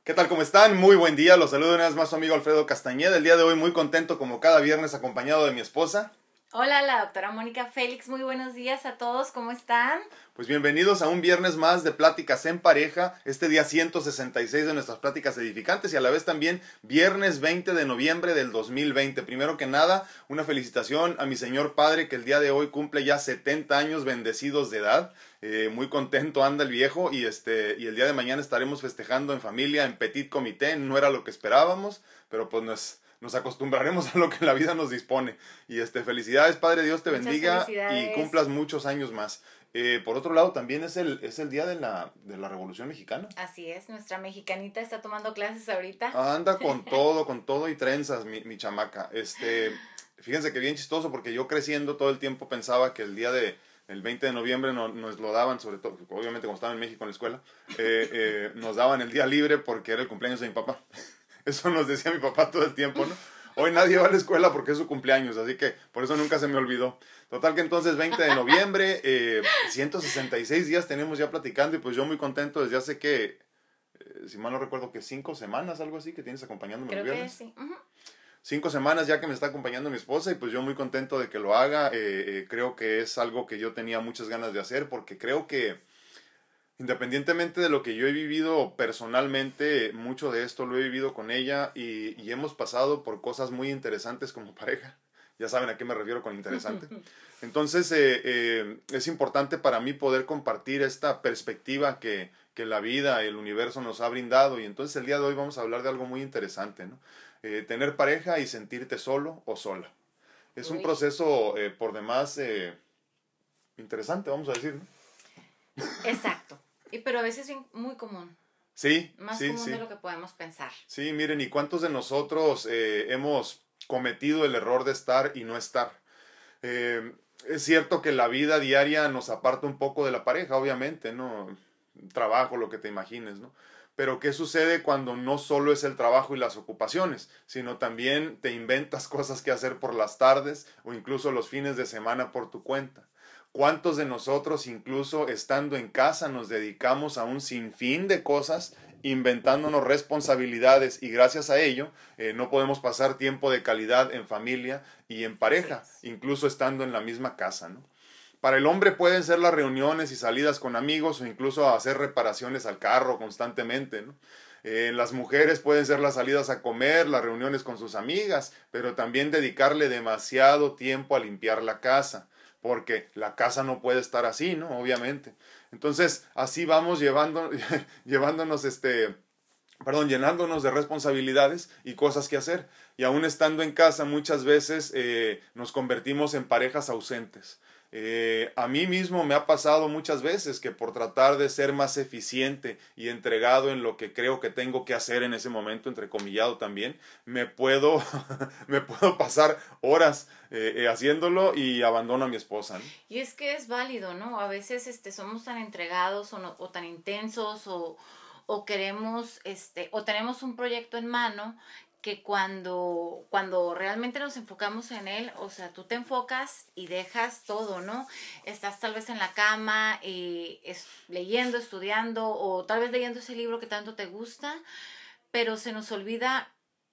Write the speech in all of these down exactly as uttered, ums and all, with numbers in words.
¿Qué tal? ¿Cómo están? Muy buen día. Los saludo una vez más su amigo Alfredo Castañeda. El día de hoy muy contento como cada viernes acompañado de mi esposa. Hola, la doctora Mónica Félix. Muy buenos días a todos. ¿Cómo están? Pues bienvenidos a un viernes más de Pláticas en Pareja. Este día ciento sesenta y seis de nuestras pláticas edificantes y a la vez también viernes veinte de noviembre del dos mil veinte. Primero que nada, una felicitación a mi señor padre que el día de hoy cumple ya setenta años bendecidos de edad. Eh, muy contento anda el viejo y, este, y el día de mañana estaremos festejando en familia, en petit comité. No era lo que esperábamos, pero pues no es... Nos acostumbraremos a lo que la vida nos dispone. Y este, felicidades, Padre, Dios te Muchas bendiga felicidades. y cumplas muchos años más. Eh, por otro lado, también es el, es el día de la, de la Revolución Mexicana. Así es, nuestra mexicanita está tomando clases ahorita. Anda con todo, con todo y trenzas, mi, mi chamaca. Este, fíjense que bien chistoso porque yo creciendo todo el tiempo pensaba que el día de... El veinte de noviembre no, nos lo daban, sobre todo, obviamente como estaba en México en la escuela, eh, eh, nos daban el día libre porque era el cumpleaños de mi papá. Eso nos decía mi papá todo el tiempo, ¿no? Hoy nadie va a la escuela porque es su cumpleaños, así que por eso nunca se me olvidó. Total que entonces veinte de noviembre, eh, ciento sesenta y seis días tenemos ya platicando y pues yo muy contento desde hace que, eh, si mal no recuerdo, que cinco semanas, algo así, que tienes acompañándome Creo los que viernes. sí. Uh-huh. Cinco semanas ya que me está acompañando mi esposa y pues yo muy contento de que lo haga. Eh, eh, creo que es algo que yo tenía muchas ganas de hacer porque creo que independientemente de lo que yo he vivido personalmente, mucho de esto lo he vivido con ella y, y hemos pasado por cosas muy interesantes como pareja. Ya saben a qué me refiero con interesante. Entonces eh, eh, es importante para mí poder compartir esta perspectiva que, que la vida, el universo nos ha brindado y entonces el día de hoy vamos a hablar de algo muy interesante, ¿no? Eh, tener pareja y sentirte solo o sola. Es un Uy. proceso eh, por demás eh, interesante, vamos a decir, ¿no? Exacto. Y, pero a veces es muy común. Sí, Más sí, común sí. de lo que podemos pensar. Sí, miren, ¿y cuántos de nosotros eh, hemos cometido el error de estar y no estar? Eh, es cierto que la vida diaria nos aparta un poco de la pareja, obviamente, ¿no? Trabajo, lo que te imagines, ¿no? Pero ¿qué sucede cuando no solo es el trabajo y las ocupaciones, sino también te inventas cosas que hacer por las tardes o incluso los fines de semana por tu cuenta? ¿Cuántos de nosotros, incluso estando en casa, nos dedicamos a un sinfín de cosas, inventándonos responsabilidades y gracias a ello eh, no podemos pasar tiempo de calidad en familia y en pareja, incluso estando en la misma casa, ¿no? Para el hombre pueden ser las reuniones y salidas con amigos o incluso hacer reparaciones al carro constantemente, ¿no? Eh, las mujeres pueden ser las salidas a comer, las reuniones con sus amigas, pero también dedicarle demasiado tiempo a limpiar la casa, porque la casa no puede estar así, ¿no? Obviamente. Entonces, así vamos llevando, llevándonos este... perdón, llenándonos de responsabilidades y cosas que hacer. Y aún estando en casa, muchas veces eh, nos convertimos en parejas ausentes. Eh, a mí mismo me ha pasado muchas veces que por tratar de ser más eficiente y entregado en lo que creo que tengo que hacer en ese momento, entrecomillado también, me puedo, me puedo pasar horas eh, eh, haciéndolo y abandono a mi esposa, ¿no? Y es que es válido, ¿no? A veces este, somos tan entregados o, no, o tan intensos o, o queremos, este, o tenemos un proyecto en mano que cuando, cuando realmente nos enfocamos en él, o sea, tú te enfocas y dejas todo, ¿no? Estás tal vez en la cama, eh, es, leyendo, estudiando, o tal vez leyendo ese libro que tanto te gusta, pero se nos olvida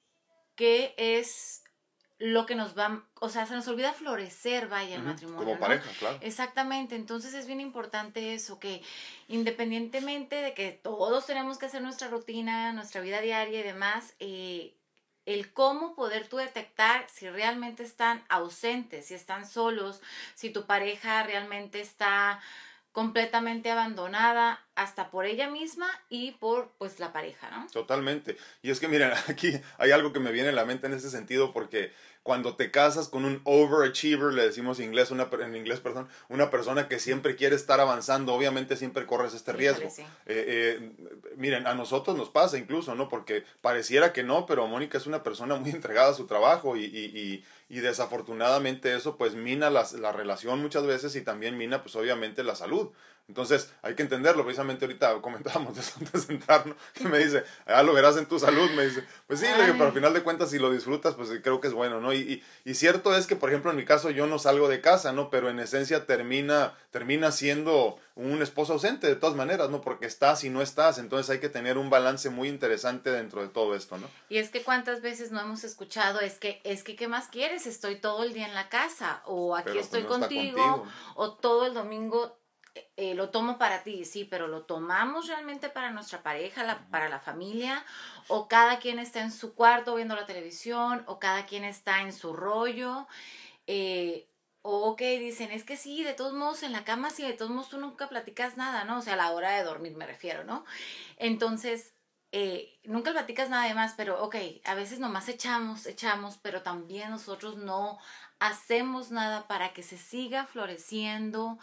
qué es lo que nos va, o sea, se nos olvida florecer, vaya, el Ujú, matrimonio, como ¿no? pareja, claro. Exactamente, entonces es bien importante eso, que independientemente de que todos tenemos que hacer nuestra rutina, nuestra vida diaria y demás, eh, el cómo poder tú detectar si realmente están ausentes, si están solos, si tu pareja realmente está completamente abandonada hasta por ella misma y por pues la pareja, ¿no? Totalmente. Y es que miren, aquí hay algo que me viene a la mente en ese sentido porque cuando te casas con un overachiever, le decimos en inglés, una, en inglés, perdón, una persona que siempre quiere estar avanzando, obviamente siempre corres este riesgo. Híjole, sí. Eh, eh, miren, a nosotros nos pasa incluso, ¿no? Porque pareciera que no, pero Mónica es una persona muy entregada a su trabajo y, y, y, y desafortunadamente eso pues mina las, la relación muchas veces y también mina pues obviamente la salud. Entonces, hay que entenderlo. Precisamente ahorita comentábamos de eso antes de entrar, ¿no? Que me dice, ah, lo verás en tu salud, me dice. Pues sí, le digo, pero al final de cuentas, si lo disfrutas, pues creo que es bueno, ¿no? Y, y, y cierto es que, por ejemplo, en mi caso, yo no salgo de casa, ¿no? Pero en esencia termina, termina siendo un esposo ausente, de todas maneras, ¿no? Porque estás y no estás. Entonces, hay que tener un balance muy interesante dentro de todo esto, ¿no? Y es que cuántas veces no hemos escuchado, es que, es que, ¿qué más quieres? Estoy todo el día en la casa, o aquí Pero, estoy pues, no está contigo, contigo. o todo el domingo eh, lo tomo para ti, sí, pero lo tomamos realmente para nuestra pareja, la, para la familia, o cada quien está en su cuarto viendo la televisión, o cada quien está en su rollo, eh, o ok, dicen, es que sí, de todos modos en la cama, sí, de todos modos tú nunca platicas nada, ¿no? O sea, a la hora de dormir me refiero, ¿no? Entonces, eh, nunca platicas nada de más, pero ok, a veces nomás echamos, echamos, pero también nosotros no hacemos nada para que se siga floreciendo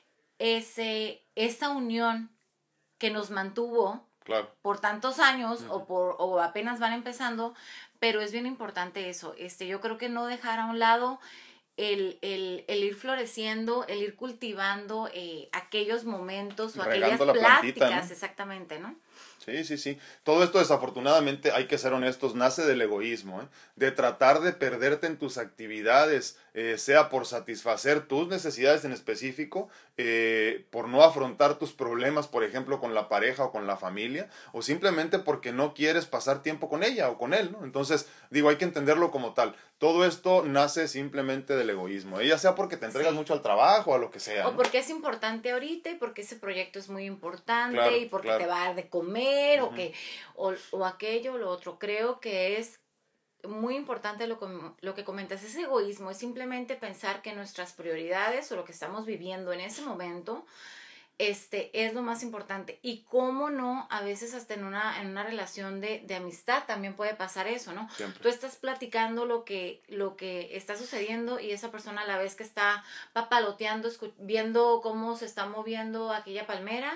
ese, esa unión que nos mantuvo Claro. por tantos años Uh-huh. o, por, o apenas van empezando, pero es bien importante eso. Este, yo creo que no dejar a un lado el, el, el ir floreciendo, el ir cultivando eh, aquellos momentos o Regando aquellas la plantita, pláticas, ¿no? exactamente, ¿no? Sí, sí, sí. Todo esto desafortunadamente, hay que ser honestos, nace del egoísmo, ¿eh? De tratar de perderte en tus actividades, eh, sea por satisfacer tus necesidades en específico, eh, por no afrontar tus problemas, por ejemplo, con la pareja o con la familia, o simplemente porque no quieres pasar tiempo con ella o con él, ¿no? Entonces, digo, hay que entenderlo como tal. Todo esto nace simplemente del egoísmo, ¿eh? Ya sea porque te entregas Sí. mucho al trabajo o a lo que sea, O ¿no? porque es importante ahorita y porque ese proyecto es muy importante Claro, y porque claro. te va a dar de comer Uh-huh. o que o, o aquello o lo otro. Creo que es muy importante lo, com- lo que comentas, ese egoísmo es simplemente pensar que nuestras prioridades o lo que estamos viviendo en ese momento este, es lo más importante. Y cómo no, a veces hasta en una, en una relación de, de amistad también puede pasar eso, ¿no? Siempre. Tú estás platicando lo que, lo que está sucediendo y esa persona a la vez que está papaloteando, escu- viendo cómo se está moviendo aquella palmera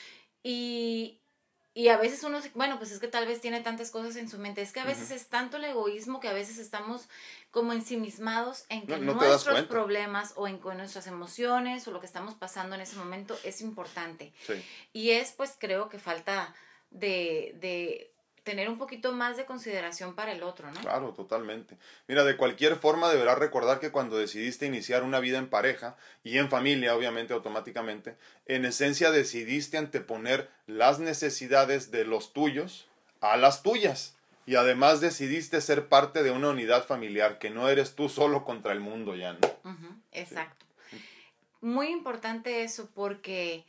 y, y a veces uno, se- bueno, pues es que tal vez tiene tantas cosas en su mente. Es que a veces Uh-huh. es tanto el egoísmo que a veces estamos como ensimismados en que No, no te das nuestros cuenta. problemas o en con nuestras emociones o lo que estamos pasando en ese momento es importante. Sí. Y es, pues, creo que falta de, de tener un poquito más de consideración para el otro, ¿no? Claro, totalmente. Mira, de cualquier forma deberás recordar que cuando decidiste iniciar una vida en pareja y en familia, obviamente, automáticamente, en esencia decidiste anteponer las necesidades de los tuyos a las tuyas. Y además decidiste ser parte de una unidad familiar, que no eres tú solo contra el mundo ya, ¿no? Uh-huh, exacto. Sí. Muy importante eso porque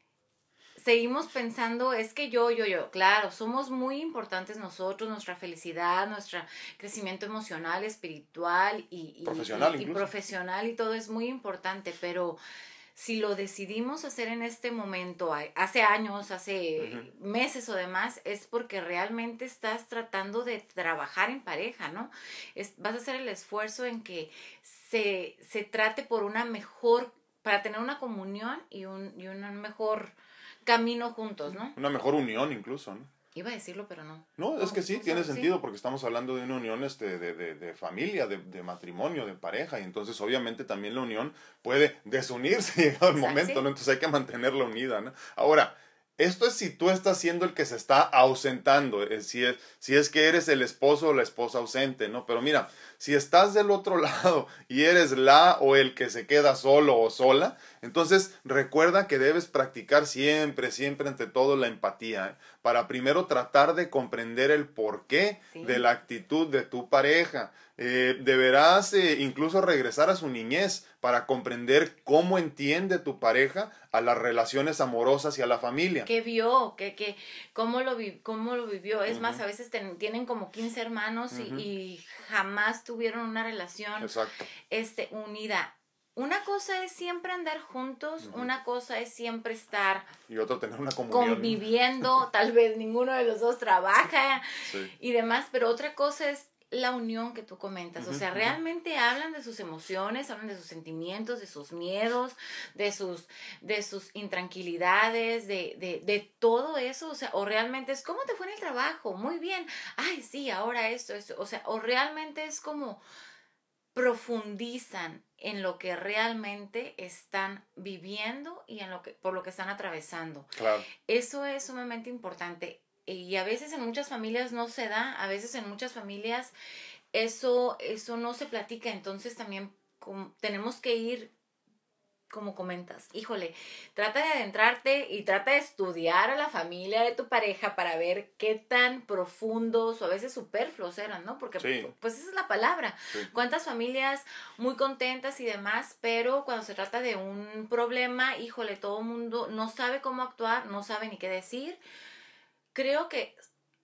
seguimos pensando, es que yo, yo, yo, claro, somos muy importantes nosotros, nuestra felicidad, nuestro crecimiento emocional, espiritual y, y, Profesional y, y incluso. profesional y todo es muy importante, pero si lo decidimos hacer en este momento, hace años, hace uh-huh. meses o demás, es porque realmente estás tratando de trabajar en pareja, ¿no? Es, vas a hacer el esfuerzo en que se, se trate por una mejor, para tener una comunión y un, y un mejor camino juntos, ¿no? Una mejor unión incluso, ¿no? Iba a decirlo, pero no. No, es que sí, ¿Cómo tiene sabes? sentido Sí. porque estamos hablando de una unión este, de, de, de familia, de, de matrimonio, de pareja, y entonces obviamente también la unión puede desunirse llegado el momento, ¿no? Entonces hay que mantenerla unida, ¿no? Ahora, esto es si tú estás siendo el que se está ausentando, es, si, es, si es que eres el esposo o la esposa ausente, ¿no? Pero mira, si estás del otro lado y eres la o el que se queda solo o sola, entonces recuerda que debes practicar siempre, siempre ante todo la empatía, ¿eh? Para primero tratar de comprender el porqué sí. de la actitud de tu pareja. Eh, deberás eh, incluso regresar a su niñez para comprender cómo entiende tu pareja a las relaciones amorosas y a la familia. ¿Qué vio? ¿Qué, qué, cómo, lo vi, ¿Cómo lo vivió? Es uh-huh. más, a veces ten, tienen como quince hermanos uh-huh. y, y jamás tuvieron una relación Exacto. este, unida. Una cosa es siempre andar juntos, uh-huh. una cosa es siempre estar y otra tener una comunión, conviviendo, tal vez ninguno de los dos trabaja sí. y demás, pero otra cosa es la unión que tú comentas, uh-huh, o sea, uh-huh. realmente hablan de sus emociones, hablan de sus sentimientos, de sus miedos, de sus, de sus intranquilidades, de, de, de todo eso, o sea, o realmente es, ¿cómo te fue en el trabajo? Muy bien, ay, sí, ahora esto, esto, o sea, o realmente es como profundizan en lo que realmente están viviendo y en lo que, por lo que están atravesando. Claro. Eso es sumamente importante. Y a veces en muchas familias no se da, a veces en muchas familias eso, eso no se platica. Entonces también como, tenemos que ir, como comentas, híjole, trata de adentrarte y trata de estudiar a la familia de tu pareja para ver qué tan profundos o a veces superfluos eran, ¿no? Porque Sí. pues esa es la palabra. Sí. Cuántas familias muy contentas y demás, pero cuando se trata de un problema, híjole, todo el mundo no sabe cómo actuar, no sabe ni qué decir. Creo que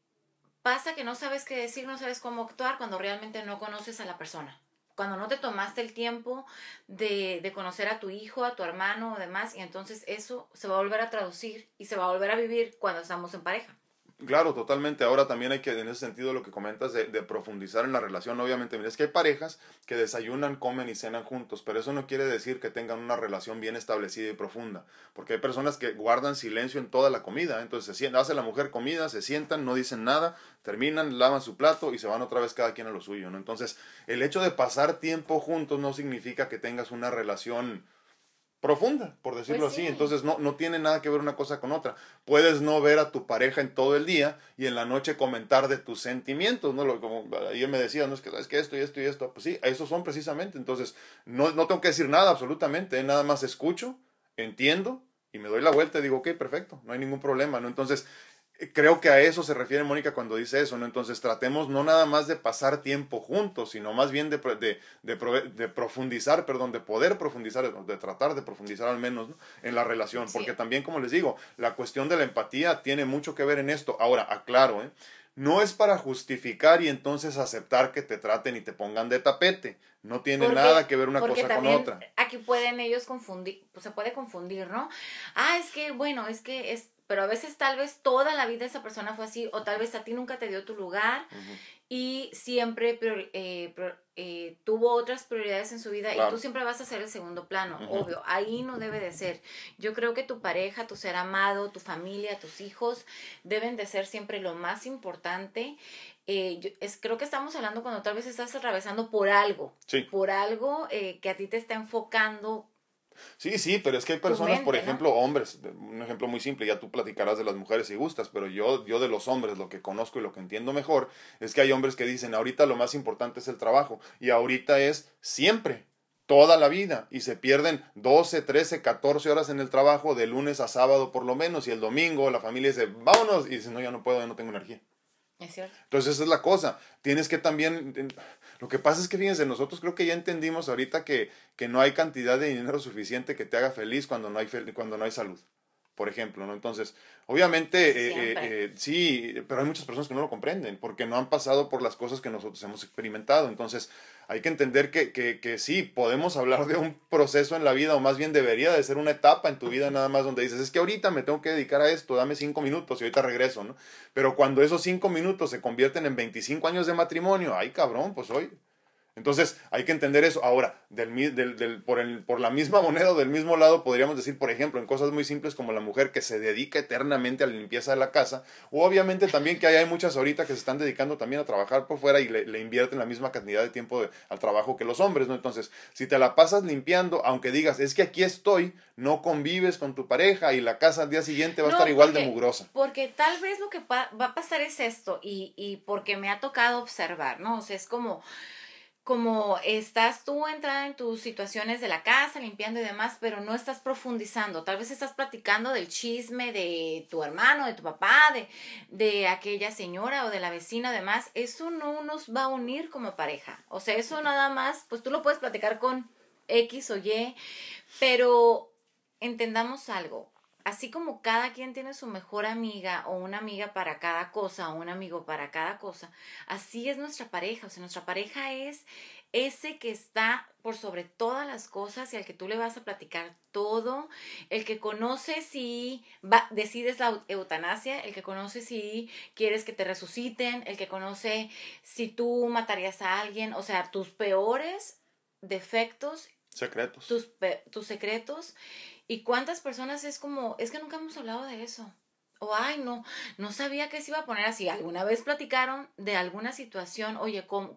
pasa que no sabes qué decir, no sabes cómo actuar cuando realmente no conoces a la persona. Cuando no te tomaste el tiempo de, de conocer a tu hijo, a tu hermano o demás, y entonces eso se va a volver a traducir y se va a volver a vivir cuando estamos en pareja. Claro, totalmente. Ahora también hay que, en ese sentido, lo que comentas de, de profundizar en la relación, obviamente, mira, es que hay parejas que desayunan, comen y cenan juntos, pero eso no quiere decir que tengan una relación bien establecida y profunda, porque hay personas que guardan silencio en toda la comida, entonces se sienta, hace la mujer comida, se sientan, no dicen nada, terminan, lavan su plato y se van otra vez cada quien a lo suyo, ¿no? Entonces, el hecho de pasar tiempo juntos no significa que tengas una relación profunda, por decirlo Pues así. sí. Entonces no, no tiene nada que ver una cosa con otra. Puedes no ver a tu pareja en todo el día y en la noche comentar de tus sentimientos, ¿no? Lo, como ayer me decía, no es que sabes que esto y esto y esto, pues sí, esos son precisamente. Entonces no, no tengo que decir nada absolutamente, ¿eh? Nada más escucho, entiendo y me doy la vuelta y digo, ok, perfecto, no hay ningún problema, ¿no? Entonces creo que a eso se refiere Mónica cuando dice eso, ¿no? Entonces tratemos no nada más de pasar tiempo juntos, sino más bien de, de, de, de profundizar, perdón, de poder profundizar, de tratar de profundizar al menos, ¿no? En la relación, porque Sí. también, como les digo, la cuestión de la empatía tiene mucho que ver en esto. Ahora, aclaro, ¿eh? No es para justificar y entonces aceptar que te traten y te pongan de tapete. No tiene Porque, nada que ver una porque cosa con también otra. aquí pueden ellos confundir, pues se puede confundir, ¿no? Ah, es que, bueno, es que es, pero a veces tal vez toda la vida esa persona fue así, o tal vez a ti nunca te dio tu lugar Uh-huh. y siempre priori- eh, pro- eh, tuvo otras prioridades en su vida Claro. y tú siempre vas a ser el segundo plano, Uh-huh. obvio, ahí no debe de ser. Yo creo que tu pareja, tu ser amado, tu familia, tus hijos deben de ser siempre lo más importante. Eh, yo, es, creo que estamos hablando cuando tal vez estás atravesando por algo, Sí. por algo eh, que a ti te está enfocando. Sí, sí, pero es que hay personas, por ejemplo, ¿no? Hombres, un ejemplo muy simple, ya tú platicarás de las mujeres si gustas, pero yo, yo de los hombres, lo que conozco y lo que entiendo mejor, es que hay hombres que dicen, ahorita lo más importante es el trabajo, y ahorita es siempre, toda la vida, y se pierden doce, trece, catorce horas en el trabajo, de lunes a sábado por lo menos, y el domingo la familia dice, vámonos, y dice, no, ya no puedo, ya no tengo energía. Es cierto. Entonces esa es la cosa. Tienes que también... Lo que pasa es que, fíjense, nosotros creo que ya entendimos ahorita que, que no hay cantidad de dinero suficiente que te haga feliz cuando no hay, fel- cuando no hay salud, por ejemplo, ¿no? Entonces, obviamente, eh, eh, eh, sí, pero hay muchas personas que no lo comprenden porque no han pasado por las cosas que nosotros hemos experimentado. Entonces, hay que entender que, que, que sí, podemos hablar de un proceso en la vida, o más bien debería de ser una etapa en tu vida nada más donde dices, es que ahorita me tengo que dedicar a esto, dame cinco minutos y ahorita regreso, ¿no? Pero cuando esos cinco minutos se convierten en veinticinco años de matrimonio, ay cabrón, pues hoy... Entonces hay que entender eso. Ahora, del, del, del, por, el, por la misma moneda o del mismo lado, podríamos decir, por ejemplo, en cosas muy simples como la mujer que se dedica eternamente a la limpieza de la casa, o obviamente también que hay, hay muchas ahorita que se están dedicando también a trabajar por fuera y le, le invierten la misma cantidad de tiempo de, al trabajo que los hombres, ¿no? Entonces, si te la pasas limpiando, aunque digas, es que aquí estoy, no convives con tu pareja y la casa al día siguiente va a no, estar igual porque, de mugrosa. Porque tal vez lo que pa- va a pasar es esto, y, y porque me ha tocado observar, ¿no? O sea, es como... como estás tú entrada en tus situaciones de la casa, limpiando y demás, pero no estás profundizando. Tal vez estás platicando del chisme de tu hermano, de tu papá, de, de aquella señora o de la vecina, además. Eso no nos va a unir como pareja. O sea, eso nada más, pues tú lo puedes platicar con X o Y, pero entendamos algo. Así como cada quien tiene su mejor amiga o una amiga para cada cosa o un amigo para cada cosa, así es nuestra pareja. O sea, nuestra pareja es ese que está por sobre todas las cosas y al que tú le vas a platicar todo, el que conoce si va, decides la eutanasia, el que conoce si quieres que te resuciten, el que conoce si tú matarías a alguien, o sea, tus peores defectos, secretos. Tus, tus secretos. ¿Y cuántas personas es como, es que nunca hemos hablado de eso? O, ay, no, no sabía que se iba a poner así. ¿Alguna vez platicaron de alguna situación? Oye, ¿cómo,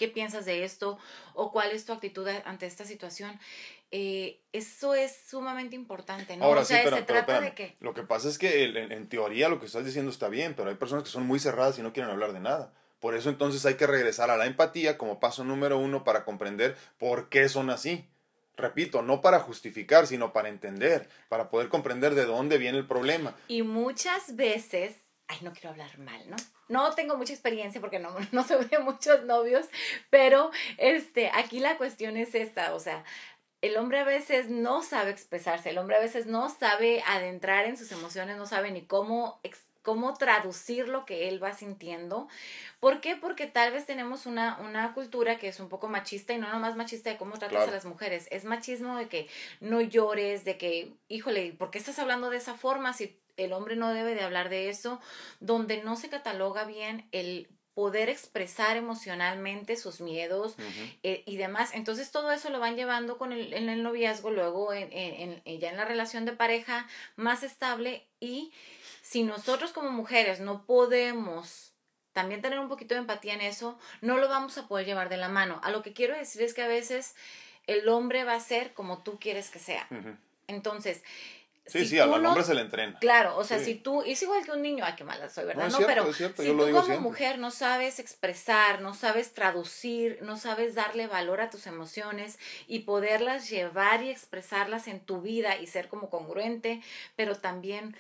qué piensas de esto o cuál es tu actitud ante esta situación. Eh, eso es sumamente importante, ¿no? Ahora o sea, sí, pero, se pero trata espérame. de que... Lo que pasa es que el- en, en teoría lo que estás diciendo está bien, pero hay personas que son muy cerradas y no quieren hablar de nada. Por eso entonces hay que regresar a la empatía como paso número uno para comprender por qué son así. Repito, no para justificar, sino para entender, para poder comprender de dónde viene el problema. Y muchas veces, ay, no quiero hablar mal, ¿no? No tengo mucha experiencia porque no, no tuve muchos novios, pero este, aquí la cuestión es esta, o sea, el hombre a veces no sabe expresarse, el hombre a veces no sabe adentrar en sus emociones, no sabe ni cómo, ex- cómo traducir lo que él va sintiendo. ¿Por qué? Porque tal vez tenemos una, una cultura que es un poco machista y no nomás machista de cómo tratas Claro. a las mujeres. Es machismo de que no llores, de que, híjole, ¿por qué estás hablando de esa forma si el hombre no debe de hablar de eso? Donde no se cataloga bien el poder expresar emocionalmente sus miedos Ujú. eh, y demás. Entonces todo eso lo van llevando con el, en el noviazgo, luego en, en, en, ya en la relación de pareja más estable. Y si nosotros como mujeres no podemos también tener un poquito de empatía en eso, no lo vamos a poder llevar de la mano. A lo que quiero decir es que a veces el hombre va a ser como tú quieres que sea. Ujú. Entonces, Sí, si sí, al, tú al no, hombre se le entrena. claro, o sea, Sí. si tú, es igual que un niño, ay, qué mala soy, ¿verdad? No, es No, cierto, pero es cierto, si yo tú lo digo como siempre. mujer no sabes expresar, no sabes traducir, no sabes darle valor a tus emociones y poderlas llevar y expresarlas en tu vida y ser como congruente, pero también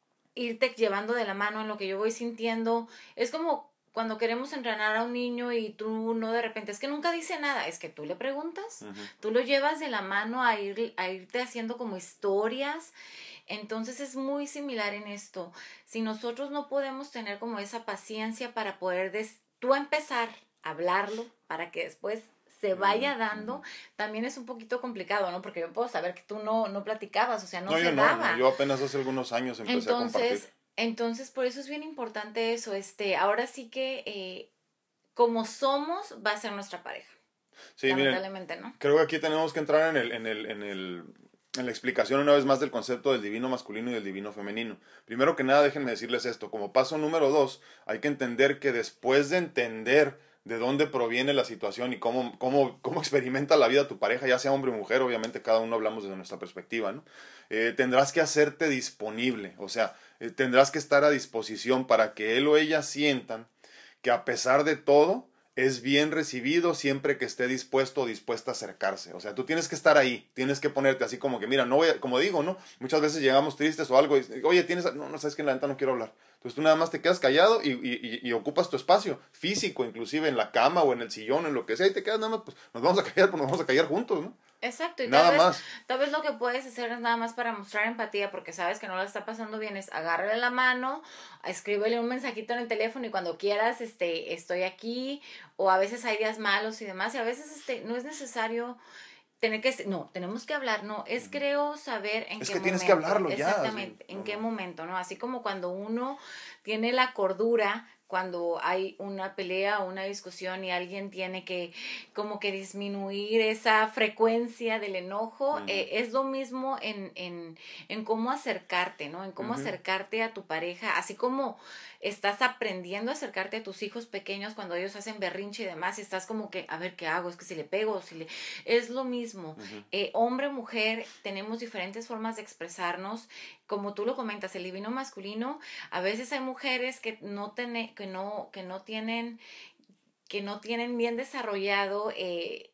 irte llevando de la mano en lo que yo voy sintiendo, es como cuando queremos entrenar a un niño y tú no de repente, es que nunca dice nada, es que tú le preguntas, Ujú. tú lo llevas de la mano a, ir, a irte haciendo como historias. Entonces es muy similar en esto. Si nosotros no podemos tener como esa paciencia para poder des tú empezar a hablarlo, para que después se vaya Ujú, dando, ujú. también es un poquito complicado, ¿no? Porque yo puedo saber que tú no, no platicabas, o sea, no No, se yo no, no, daba. yo apenas hace algunos años empecé a compartir. Entonces, entonces por eso es bien importante eso. Este, ahora sí que eh, como somos, va a ser nuestra pareja. Sí, miren, Lamentablemente, ¿no? creo que aquí tenemos que entrar en el, en el, en el, en la explicación una vez más del concepto del divino masculino y del divino femenino. Primero que nada, déjenme decirles esto. Como paso número dos, hay que entender que después de entender de dónde proviene la situación y cómo, cómo, cómo experimenta la vida tu pareja, ya sea hombre o mujer, obviamente cada uno hablamos desde nuestra perspectiva, ¿no? Eh, tendrás que hacerte disponible, o sea, eh, tendrás que estar a disposición para que él o ella sientan que a pesar de todo, es bien recibido siempre que esté dispuesto o dispuesta a acercarse. O sea, tú tienes que estar ahí, tienes que ponerte así como que, mira, no voy a, como digo, ¿no? Muchas veces llegamos tristes o algo y, oye, tienes, no, no sabes que en la neta no quiero hablar. Entonces tú nada más te quedas callado y, y, y, y ocupas tu espacio físico, inclusive en la cama o en el sillón, en lo que sea, y te quedas nada más, pues nos vamos a callar, pues nos vamos a callar juntos, ¿no? Exacto, y Nada tal vez, más. tal vez lo que puedes hacer es nada más para mostrar empatía, porque sabes que no la está pasando bien, es agárrale la mano, escríbele un mensajito en el teléfono y cuando quieras, este, estoy aquí, o a veces hay días malos y demás, y a veces este, no es necesario tener que, no, tenemos que hablar, no, es creo saber en Es qué que momento. tienes que hablarlo ya, Exactamente, sí, en no, qué no. momento, ¿no? Así como cuando uno tiene la cordura, cuando hay una pelea o una discusión y alguien tiene que como que disminuir esa frecuencia del enojo, Ujú. eh, es lo mismo en, en, en cómo acercarte, ¿no? En cómo Ujú. acercarte a tu pareja, así como estás aprendiendo a acercarte a tus hijos pequeños cuando ellos hacen berrinche y demás, y estás como que, a ver, ¿qué hago? Es que si le pego, si le... Es lo mismo. Ujú. Eh, hombre, mujer, tenemos diferentes formas de expresarnos. Como tú lo comentas, el divino masculino, a veces hay mujeres que no, tiene, que no, que no tienen que no tienen bien desarrollado eh,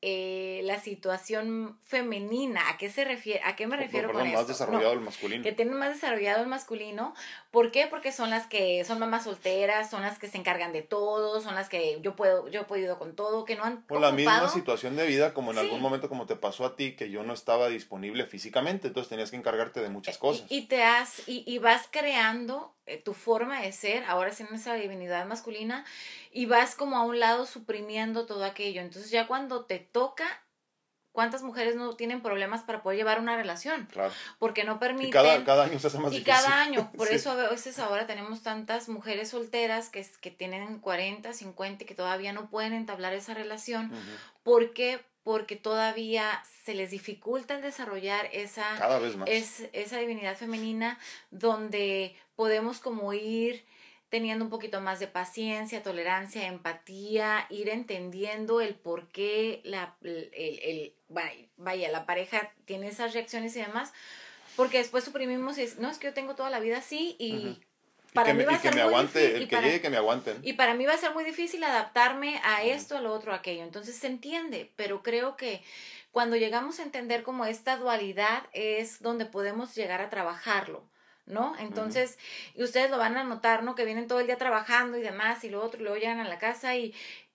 eh, la situación femenina. ¿A qué se refiere? ¿A qué me refiero Perdón, con más esto? desarrollado No, el masculino. que tienen más desarrollado el masculino. ¿Por qué? Porque son las que son mamás solteras, son las que se encargan de todo, son las que yo puedo, yo he podido con todo, que no han O la misma ocupado. situación de vida, como en algún Sí. momento como te pasó a ti, que yo no estaba disponible físicamente, entonces tenías que encargarte de muchas cosas. Y, y te has, y, y vas creando eh, tu forma de ser, ahora sí en esa divinidad masculina, y vas como a un lado suprimiendo todo aquello. Entonces ya cuando te toca, ¿cuántas mujeres no tienen problemas para poder llevar una relación? Claro. Porque no Y permiten... cada, cada año se hace más y difícil. cada año, por Sí. eso a veces ahora tenemos tantas mujeres solteras que, que tienen cuarenta, cincuenta y que todavía no pueden entablar esa relación. Ujú. ¿Por qué? Porque todavía se les dificulta el desarrollar esa, Cada vez más. es, esa divinidad femenina donde podemos como ir teniendo un poquito más de paciencia, tolerancia, empatía, ir entendiendo el por qué la, el, el, el, vaya, la pareja tiene esas reacciones y demás, porque después suprimimos y es, no, es que yo tengo toda la vida así y Uh-huh. para y que mí me, va y a que ser me muy aguante, difícil. el Y que para, llegue, que me aguanten. y para mí va a ser muy difícil adaptarme a Uh-huh. esto, a lo otro, a aquello. Entonces se entiende, pero creo que cuando llegamos a entender como esta dualidad es donde podemos llegar a trabajarlo, ¿no? Entonces, uh-huh. y ustedes lo van a notar, ¿no? Que vienen todo el día trabajando y demás, y lo otro, y luego llegan a la casa y,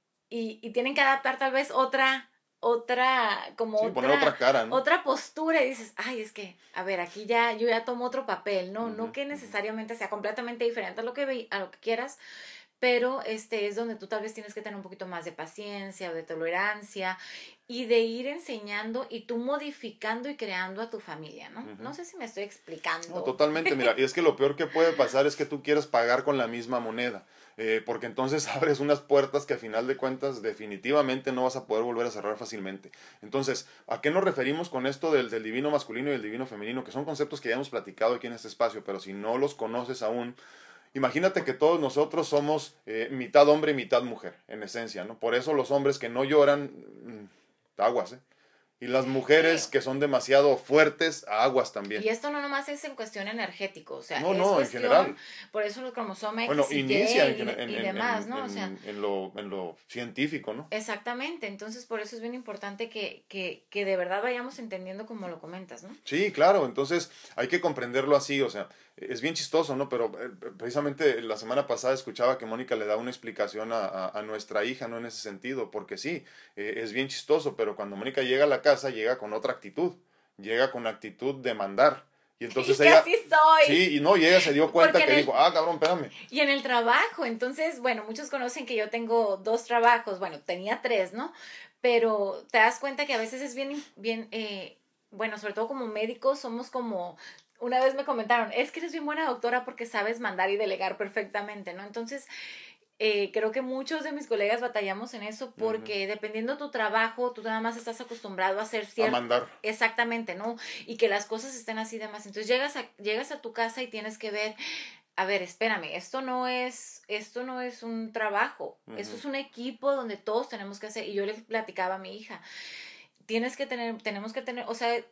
y, y tienen que adaptar tal vez otra, otra, como sí, otra, poner otra cara, ¿no? otra postura, y dices, ay, es que, a ver, aquí ya, yo ya tomo otro papel, ¿no? Uh-huh. No que necesariamente sea completamente diferente a lo que ve, a lo que quieras, pero este es donde tú tal vez tienes que tener un poquito más de paciencia o de tolerancia y de ir enseñando y tú modificando y creando a tu familia, ¿no? Uh-huh. No sé si me estoy explicando. No, totalmente, mira, y es que lo peor que puede pasar es que tú quieras pagar con la misma moneda, eh, porque entonces abres unas puertas que a final de cuentas definitivamente no vas a poder volver a cerrar fácilmente. Entonces, ¿a qué nos referimos con esto del, del divino masculino y el divino femenino? Que son conceptos que ya hemos platicado aquí en este espacio, pero si no los conoces aún, imagínate que todos nosotros somos eh, mitad hombre y mitad mujer, en esencia, ¿no? Por eso los hombres que no lloran, mmm, aguas, ¿eh? Y las mujeres sí. que son demasiado fuertes, aguas también. Y esto no nomás es en cuestión energético, o sea, no, es no, cuestión, en general. Por eso los cromosomas bueno, X y inicia Y en, y, en, y en, demás, en, ¿no? En, o sea, en, lo, en lo científico, ¿no? Exactamente, entonces por eso es bien importante que, que, que de verdad vayamos entendiendo como lo comentas, ¿no? Sí, claro, entonces hay que comprenderlo así, o sea, es bien chistoso, ¿no? Pero precisamente la semana pasada escuchaba que Mónica le da una explicación a, a, a nuestra hija, ¿no? En ese sentido, porque sí, eh, es bien chistoso, pero cuando Mónica llega a la casa, llega con otra actitud, llega con actitud de mandar. Y entonces y ella... así soy. Sí, y no, y ella se dio cuenta que el, dijo, ah, cabrón, espérame. Y en el trabajo, entonces, bueno, muchos conocen que yo tengo dos trabajos, bueno, tenía tres, ¿no? Pero te das cuenta que a veces es bien, bien, eh, bueno, sobre todo como médicos, somos como... Una vez me comentaron, es que eres bien buena doctora porque sabes mandar y delegar perfectamente, ¿no? Entonces... Eh, creo que muchos de mis colegas batallamos en eso porque uh-huh. dependiendo de tu trabajo, tú nada más estás acostumbrado a hacer cierto... A mandar. Exactamente, ¿no? Y que las cosas estén así de más. Entonces llegas a, llegas a tu casa y tienes que ver, a ver, espérame, esto no es, esto no es un trabajo, uh-huh. esto es un equipo donde todos tenemos que hacer. Y yo le platicaba a mi hija, tienes que tener, tenemos que tener, o sea...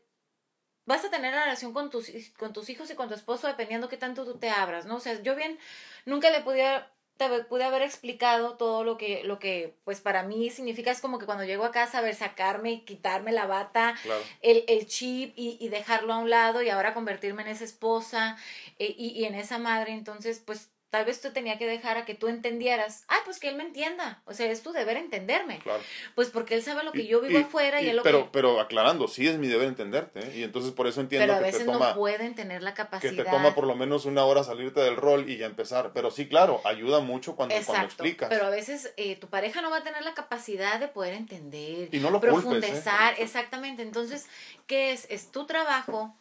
Vas a tener relación con tus, con tus hijos y con tu esposo dependiendo qué tanto tú te abras, ¿no? O sea, yo bien, nunca le podía... te pude haber explicado todo lo que, lo que pues para mí significa, es como que cuando llego a casa, a ver, sacarme, quitarme la bata, claro. el, el chip y, y dejarlo a un lado y ahora convertirme en esa esposa eh, y, y en esa madre. Entonces, pues tal vez tú tenía que dejar a que tú entendieras, ah, pues que él me entienda, o sea, es tu deber entenderme, claro. pues porque él sabe lo que y, yo vivo y, afuera y, y él lo pero, que... Pero aclarando, sí es mi deber entenderte, ¿eh? Y entonces por eso entiendo pero a que veces te toma... no pueden tener la capacidad. Que te toma por lo menos una hora salirte del rol y ya empezar, pero sí, claro, ayuda mucho cuando, Exacto, cuando explicas. Pero a veces eh, tu pareja no va a tener la capacidad de poder entender, y no lo profundizar, culpes, ¿eh? Exactamente, entonces, ¿qué es? Es tu trabajo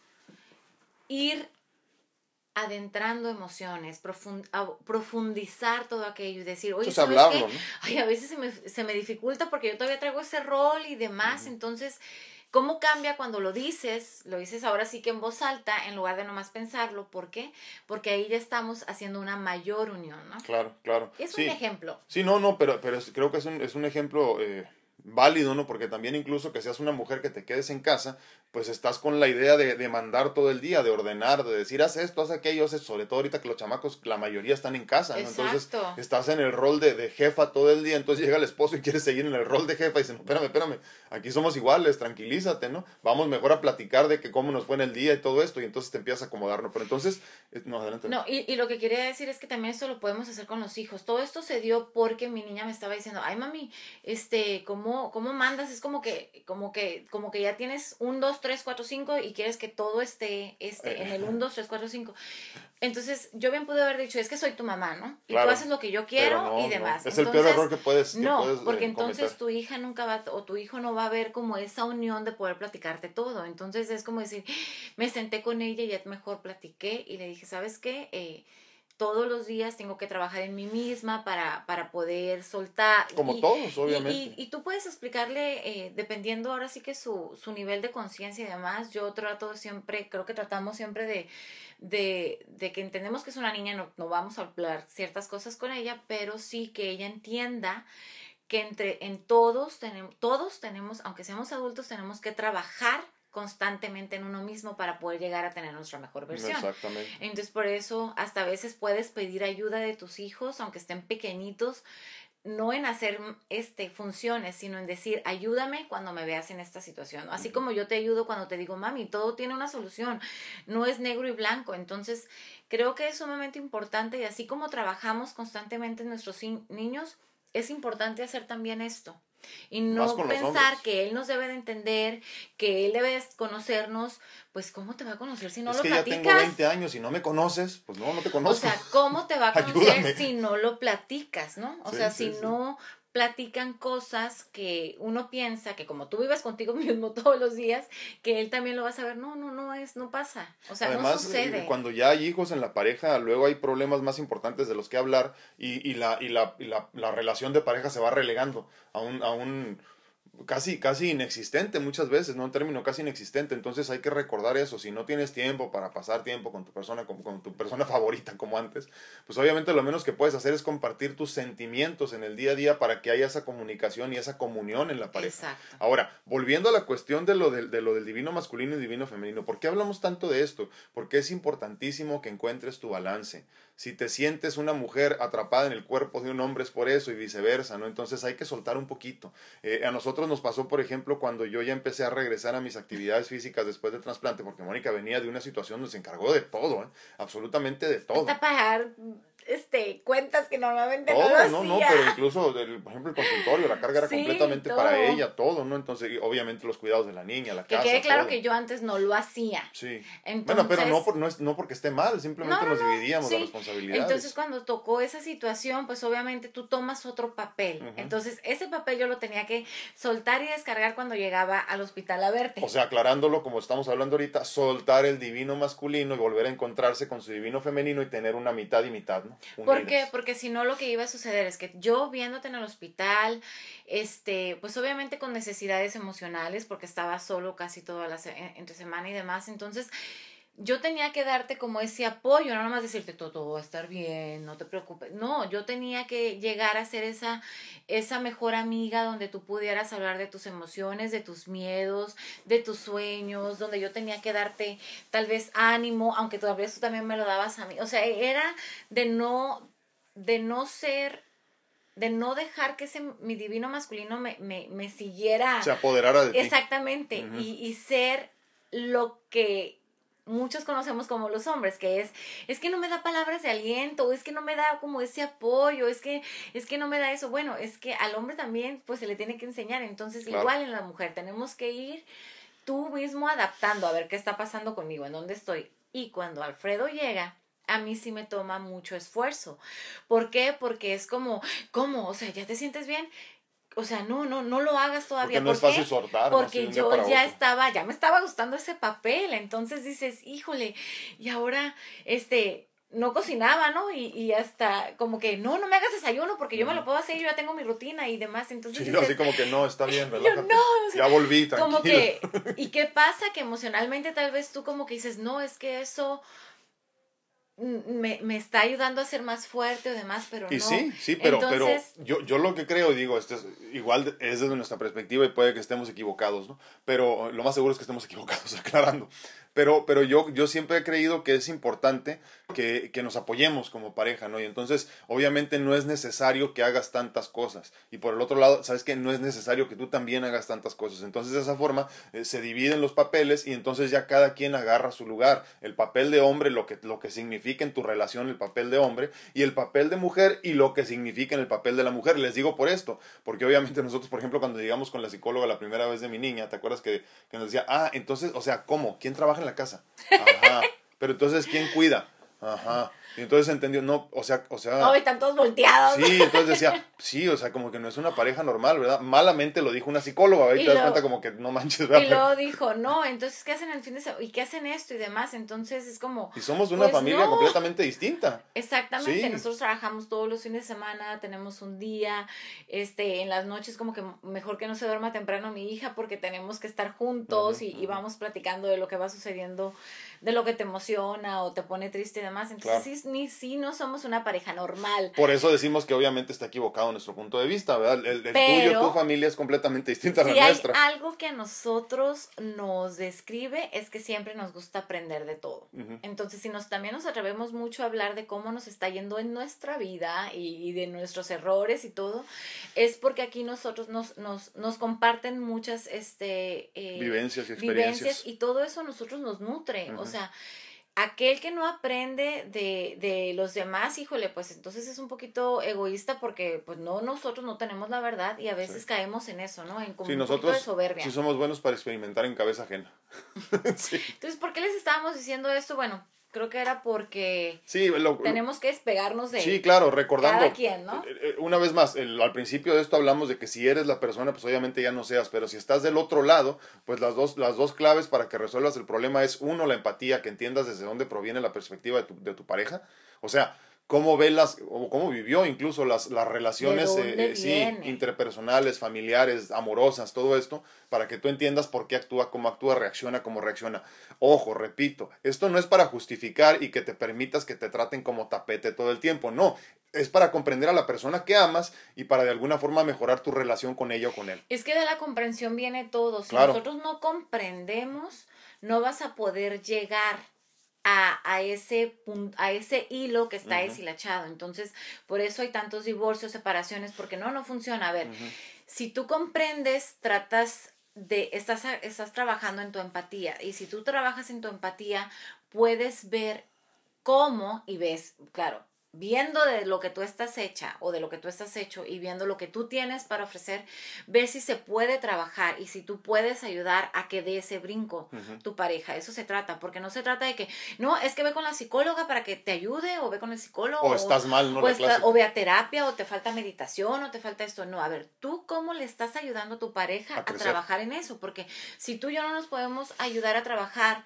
ir adentrando emociones, profund, profundizar todo aquello y decir, oye, Eso es ¿sabes hablarlo, qué? ¿no? Ay, a veces se me, se me dificulta porque yo todavía traigo ese rol y demás, uh-huh. Entonces, ¿cómo cambia cuando lo dices? Lo dices ahora sí que en voz alta, en lugar de nomás pensarlo. ¿Por qué? Porque ahí ya estamos haciendo una mayor unión, ¿no? Claro, claro. Es sí. un ejemplo. Sí, no, no, pero, pero es, creo que es un, es un ejemplo... Eh... válido, ¿no? Porque también incluso que seas una mujer que te quedes en casa, pues estás con la idea de, de mandar todo el día, de ordenar, de decir, haz esto, haz aquello, haz esto, sobre todo ahorita que los chamacos, la mayoría están en casa, ¿no? Exacto. Entonces estás en el rol de, de jefa todo el día, entonces llega el esposo y quiere seguir en el rol de jefa y dice, no, espérame, espérame, aquí somos iguales, tranquilízate, ¿no? Vamos mejor a platicar de que cómo nos fue en el día y todo esto, y entonces te empiezas a acomodar, ¿no? Pero entonces, no, adelante. No, y, y lo que quería decir es que también esto lo podemos hacer con los hijos. Todo esto se dio porque mi niña me estaba diciendo, ay, mami, este, ¿cómo, cómo mandas? Es como que, como que, como que ya tienes un, dos, tres, cuatro, cinco y quieres que todo esté, esté en el un, dos, tres, cuatro, cinco. Entonces, yo bien pude haber dicho, es que soy tu mamá, ¿no? Y claro, tú haces lo que yo quiero no, y demás. No. Es entonces, el peor error que puedes que No, puedes, porque eh, entonces cometer. tu hija nunca va, o tu hijo no va a ver como esa unión de poder platicarte todo. Entonces, es como decir, me senté con ella y ya mejor platiqué y le dije, ¿sabes qué? Eh, todos los días tengo que trabajar en mí misma para, para poder soltar. Como y, todos, obviamente. Y, y, y tú puedes explicarle, eh, dependiendo ahora sí que su, su nivel de conciencia y demás, yo trato siempre, creo que tratamos siempre de, de, de que entendemos que es una niña, no, no vamos a hablar ciertas cosas con ella, pero sí que ella entienda que entre en todos tenemos, todos tenemos, aunque seamos adultos, tenemos que trabajar constantemente en uno mismo para poder llegar a tener nuestra mejor versión. Exactamente. Entonces, por eso, hasta a veces puedes pedir ayuda de tus hijos, aunque estén pequeñitos, no en hacer este, funciones, sino en decir, ayúdame cuando me veas en esta situación. Así como yo te ayudo cuando te digo, mami, todo tiene una solución, no es negro y blanco. Entonces, creo que es sumamente importante, y así como trabajamos constantemente en nuestros niños, es importante hacer también esto. Y no pensar que él nos debe de entender, que él debe de conocernos. Pues ¿cómo te va a conocer si no es lo que platicas? Ya tengo veinte años y no me conoces, pues no, no te conozco. O sea, ¿cómo te va a conocer si no lo platicas, no? O sí, sea, sí, si sí. no platican cosas que uno piensa que como tú vives contigo mismo todos los días, que él también lo va a saber. No, no, no es, no pasa. O sea, Además, no sucede. Cuando ya hay hijos en la pareja, luego hay problemas más importantes de los que hablar y, y, la, y, la, y la, la relación de pareja se va relegando a un, a un casi, casi inexistente muchas veces, ¿no? Un término casi inexistente. Entonces hay que recordar eso. Si no tienes tiempo para pasar tiempo con tu persona, con, con tu persona favorita como antes, pues obviamente lo menos que puedes hacer es compartir tus sentimientos en el día a día para que haya esa comunicación y esa comunión en la pareja. Exacto. Ahora, volviendo a la cuestión de lo, de, de lo del divino masculino y divino femenino, ¿por qué hablamos tanto de esto? Porque es importantísimo que encuentres tu balance. Si te sientes una mujer atrapada en el cuerpo de un hombre es por eso y viceversa, ¿no? Entonces hay que soltar un poquito. Eh, a nosotros nos pasó, por ejemplo, cuando yo ya empecé a regresar a mis actividades físicas después del trasplante, porque Mónica venía de una situación donde se encargó de todo, ¿eh? Absolutamente de todo. Hasta pagar este, cuentas que normalmente todo, no lo hacía. no, no, pero incluso, el, por ejemplo, el consultorio, la carga era sí, completamente todo. para ella, todo, ¿no? Entonces, obviamente los cuidados de la niña, la que casa, Que quede claro todo. que yo antes no lo hacía. Sí. Entonces, bueno, pero no, por, no, es, no porque esté mal, simplemente no, no, nos dividíamos sí. las responsabilidades. Entonces, cuando tocó esa situación, pues obviamente tú tomas otro papel. Uh-huh. Entonces, ese papel yo lo tenía que soltar y descargar cuando llegaba al hospital a verte. O sea, aclarándolo, como estamos hablando ahorita, soltar el divino masculino y volver a encontrarse con su divino femenino y tener una mitad y mitad, ¿no? Unidas. ¿Por qué? Porque si no, lo que iba a suceder es que yo viéndote en el hospital, este, pues obviamente con necesidades emocionales, porque estaba solo casi toda la se- entre semana y demás, entonces yo tenía que darte como ese apoyo, no nada más decirte todo, todo va a estar bien, no te preocupes. No, yo tenía que llegar a ser esa, esa mejor amiga donde tú pudieras hablar de tus emociones, de tus miedos, de tus sueños, donde yo tenía que darte tal vez ánimo, aunque tal vez tú también me lo dabas a mí. O sea, era de no, de no ser, de no dejar que ese mi divino masculino me, me, me siguiera. Se apoderara de ti. Exactamente, uh-huh. y, y ser lo que muchos conocemos como los hombres, que es, es que no me da palabras de aliento, es que no me da como ese apoyo, es que, es que no me da eso. Bueno, es que al hombre también pues se le tiene que enseñar, entonces claro. Igual en la mujer tenemos que ir tú mismo adaptando a ver qué está pasando conmigo, en dónde estoy. Y cuando Alfredo llega, a mí sí me toma mucho esfuerzo. ¿Por qué? Porque es como, ¿cómo? O sea, ¿ya te sientes bien? O sea, no, no, no lo hagas todavía. Porque no es fácil soltar. Porque ¿no? Sí, yo ya otro. estaba, ya me estaba gustando ese papel. Entonces dices, híjole, y ahora, este, no cocinaba, ¿no? Y, y hasta como que, no, no me hagas desayuno porque yo me lo puedo hacer, yo ya tengo mi rutina y demás. Entonces sí, dices, así como que no, está bien, relájate. Yo no, o sea, ya volví, tranquilo. Como que, ¿y qué pasa? Que emocionalmente tal vez tú como que dices, no, es que eso Me, me está ayudando a ser más fuerte o demás, pero y no. sí, sí, pero, Entonces, pero yo, yo lo que creo, digo, este es, igual es desde nuestra perspectiva y puede que estemos equivocados, ¿no? Pero lo más seguro es que estemos equivocados, aclarando. Pero, pero yo, yo siempre he creído que es importante que, que nos apoyemos como pareja, ¿no? Y entonces, obviamente, no es necesario que hagas tantas cosas. Y por el otro lado, ¿sabes qué? No es necesario que tú también hagas tantas cosas. Entonces, de esa forma, eh, se dividen los papeles y entonces ya cada quien agarra su lugar. El papel de hombre, lo que, lo que significa en tu relación el papel de hombre, y el papel de mujer y lo que significa en el papel de la mujer. Les digo por esto, porque obviamente nosotros, por ejemplo, cuando llegamos con la psicóloga la primera vez de mi niña, ¿te acuerdas que, que nos decía, ah, entonces, o sea, ¿cómo? ¿Quién trabaja en la casa? Ajá. Pero entonces, ¿quién cuida? Ajá. Y entonces entendió, no, o sea, o sea... Oh, están todos volteados. Sí, entonces decía, sí, o sea, como que no es una pareja normal, ¿verdad? Malamente lo dijo una psicóloga, ahí Y te das lo- cuenta como que no manches, ¿verdad? Y luego dijo, no, entonces, ¿qué hacen el fin de semana? ¿Y qué hacen esto y demás? Entonces, es como... Y somos una pues, familia no. completamente distinta. Exactamente, Sí. nosotros trabajamos todos los fines de semana, tenemos un día, este, en las noches como que mejor que no se duerma temprano mi hija porque tenemos que estar juntos Ujú, y, y ujú. vamos platicando de lo que va sucediendo, de lo que te emociona o te pone triste y demás. Entonces, Claro. sí, ni sí no somos una pareja normal. Por eso decimos que obviamente está equivocado nuestro punto de vista, ¿verdad? El, el Pero- tuyo, tu familia es completamente distinta a Si la hay nuestra. algo que a nosotros nos describe es que siempre nos gusta aprender de todo. Ujú. Entonces, si nos también nos atrevemos mucho a hablar de cómo nos está yendo en nuestra vida y, y de nuestros errores y todo, es porque aquí nosotros nos, nos, nos comparten muchas este, eh, Vivencias y experiencias. vivencias y todo eso a nosotros nos nutre. Ujú. O sea, aquel que no aprende de, de los demás, híjole, pues entonces es un poquito egoísta porque pues no, nosotros no tenemos la verdad y a veces Sí. caemos en eso, ¿no? En como Sí, un nosotros poquito de soberbia. sí somos buenos para experimentar en cabeza ajena. Sí, Entonces, ¿por qué les estábamos diciendo esto? Bueno, creo que era porque sí, lo- lo- tenemos que despegarnos de sí, claro, recordando. cada quien, ¿no? eh, eh, Una vez más, el- al principio de esto hablamos de que si eres la persona, pues obviamente ya no seas, pero si estás del otro lado, pues las dos, las dos claves para que resuelvas el problema es, uno, la empatía, que entiendas desde dónde proviene la perspectiva de tu, de tu pareja, o sea, cómo ve las, o cómo vivió incluso las, las relaciones ¿De dónde eh, eh, sí, viene? interpersonales, familiares, amorosas, todo esto, para que tú entiendas por qué actúa, cómo actúa, reacciona, cómo reacciona. Ojo, repito, esto no es para justificar y que te permitas que te traten como tapete todo el tiempo, no, es para comprender a la persona que amas y para de alguna forma mejorar tu relación con ella o con él. Es que de la comprensión viene todo. Si Claro. nosotros no comprendemos, no vas a poder llegar a, a, ese, pun- a ese hilo que está Ujú. deshilachado. Entonces, por eso hay tantos divorcios, separaciones, porque no, no funciona. A ver, Ujú. si tú comprendes, tratas de, estás, estás trabajando en tu empatía. Y si tú trabajas en tu empatía, puedes ver cómo, y ves, claro, viendo de lo que tú estás hecha o de lo que tú estás hecho y viendo lo que tú tienes para ofrecer, ver si se puede trabajar y si tú puedes ayudar a que dé ese brinco Ujú. tu pareja. Eso se trata, porque no se trata de que, no, es que ve con la psicóloga para que te ayude o ve con el psicólogo. O estás mal, ¿no? O, La está- clásica. o ve a terapia o te falta meditación o te falta esto. No, a ver, tú cómo le estás ayudando a tu pareja A a, crecer. trabajar en eso, porque si tú y yo no nos podemos ayudar a trabajar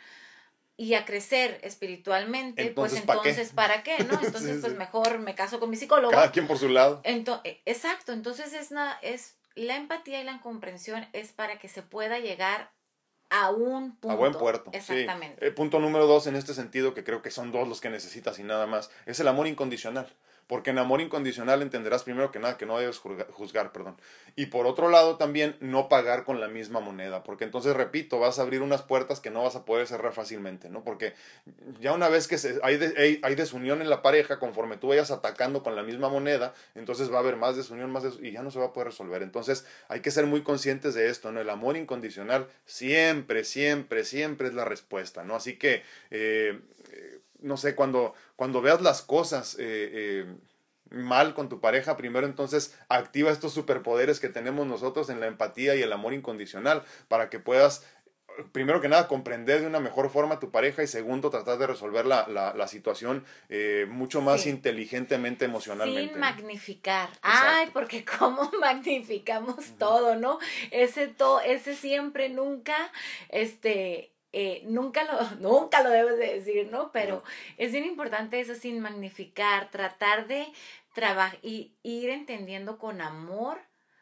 y a crecer espiritualmente, Entonces, pues ¿pa' qué? entonces, ¿para qué? ¿No? Entonces, Sí, pues sí. mejor me caso con mi psicólogo. Cada quien por su lado. Ento- eh, exacto, entonces es, na- es la empatía y la comprensión es para que se pueda llegar a un punto. A buen puerto. Exactamente. Sí. Eh, punto número dos en este sentido, que creo que son dos los que necesitas y nada más, es el amor incondicional. Porque en amor incondicional entenderás primero que nada que no debes juzgar, juzgar, perdón. Y por otro lado también no pagar con la misma moneda, porque entonces, repito, vas a abrir unas puertas que no vas a poder cerrar fácilmente, ¿no? Porque ya una vez que se, hay, de- hay, hay desunión en la pareja, conforme tú vayas atacando con la misma moneda, entonces va a haber más desunión, más desunión, y ya no se va a poder resolver. Entonces hay que ser muy conscientes de esto, ¿no? El amor incondicional siempre, siempre, siempre es la respuesta, ¿no? Así que... Eh, eh, no sé, cuando, cuando veas las cosas eh, eh, mal con tu pareja, primero entonces activa estos superpoderes que tenemos nosotros en la empatía y el amor incondicional para que puedas, primero que nada, comprender de una mejor forma a tu pareja y segundo, tratar de resolver la, la, la situación eh, mucho más Sí. inteligentemente, emocionalmente. Sin ¿no? magnificar. Ay, porque cómo magnificamos uh-huh. todo, ¿no? Ese to, ese siempre, nunca, este... Eh, nunca lo nunca lo debes de decir, ¿no? Pero no. Es bien importante eso, sin magnificar, tratar de trabajar y ir entendiendo con amor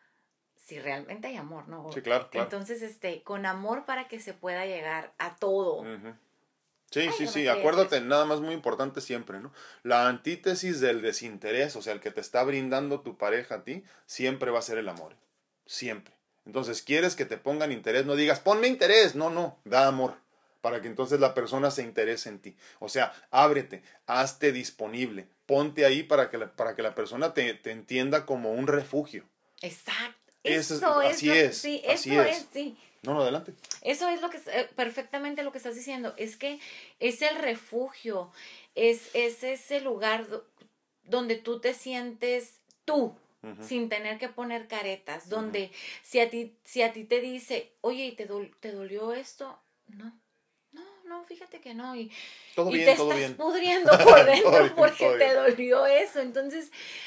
si realmente hay amor, ¿no? Sí, claro, claro. Entonces, este, con amor para que se pueda llegar a todo. Uh-huh. Sí, Ay, sí, no sí, acuérdate, nada más muy importante siempre, ¿no? La antítesis del desinterés, o sea, el que te está brindando tu pareja a ti, siempre va a ser el amor, siempre. Entonces, ¿quieres que te pongan interés? No digas, ponme interés, no, no, da amor, para que entonces la persona se interese en ti. O sea, ábrete, hazte disponible, ponte ahí para que la, para que la persona te, te entienda como un refugio. Exacto. Eso, eso así es, lo, es, sí, así eso es. es, sí. No, no, adelante. Eso es lo que, perfectamente lo que estás diciendo, es que es el refugio, es, es ese lugar do, donde tú te sientes tú, uh-huh. sin tener que poner caretas, donde uh-huh. si a ti, si a ti te dice, oye, ¿te, do, ¿te dolió esto? No, no, no, fíjate que no. Y, todo y bien, te todo estás bien. pudriendo por dentro Todo bien, porque todo te bien. dolió eso. Entonces,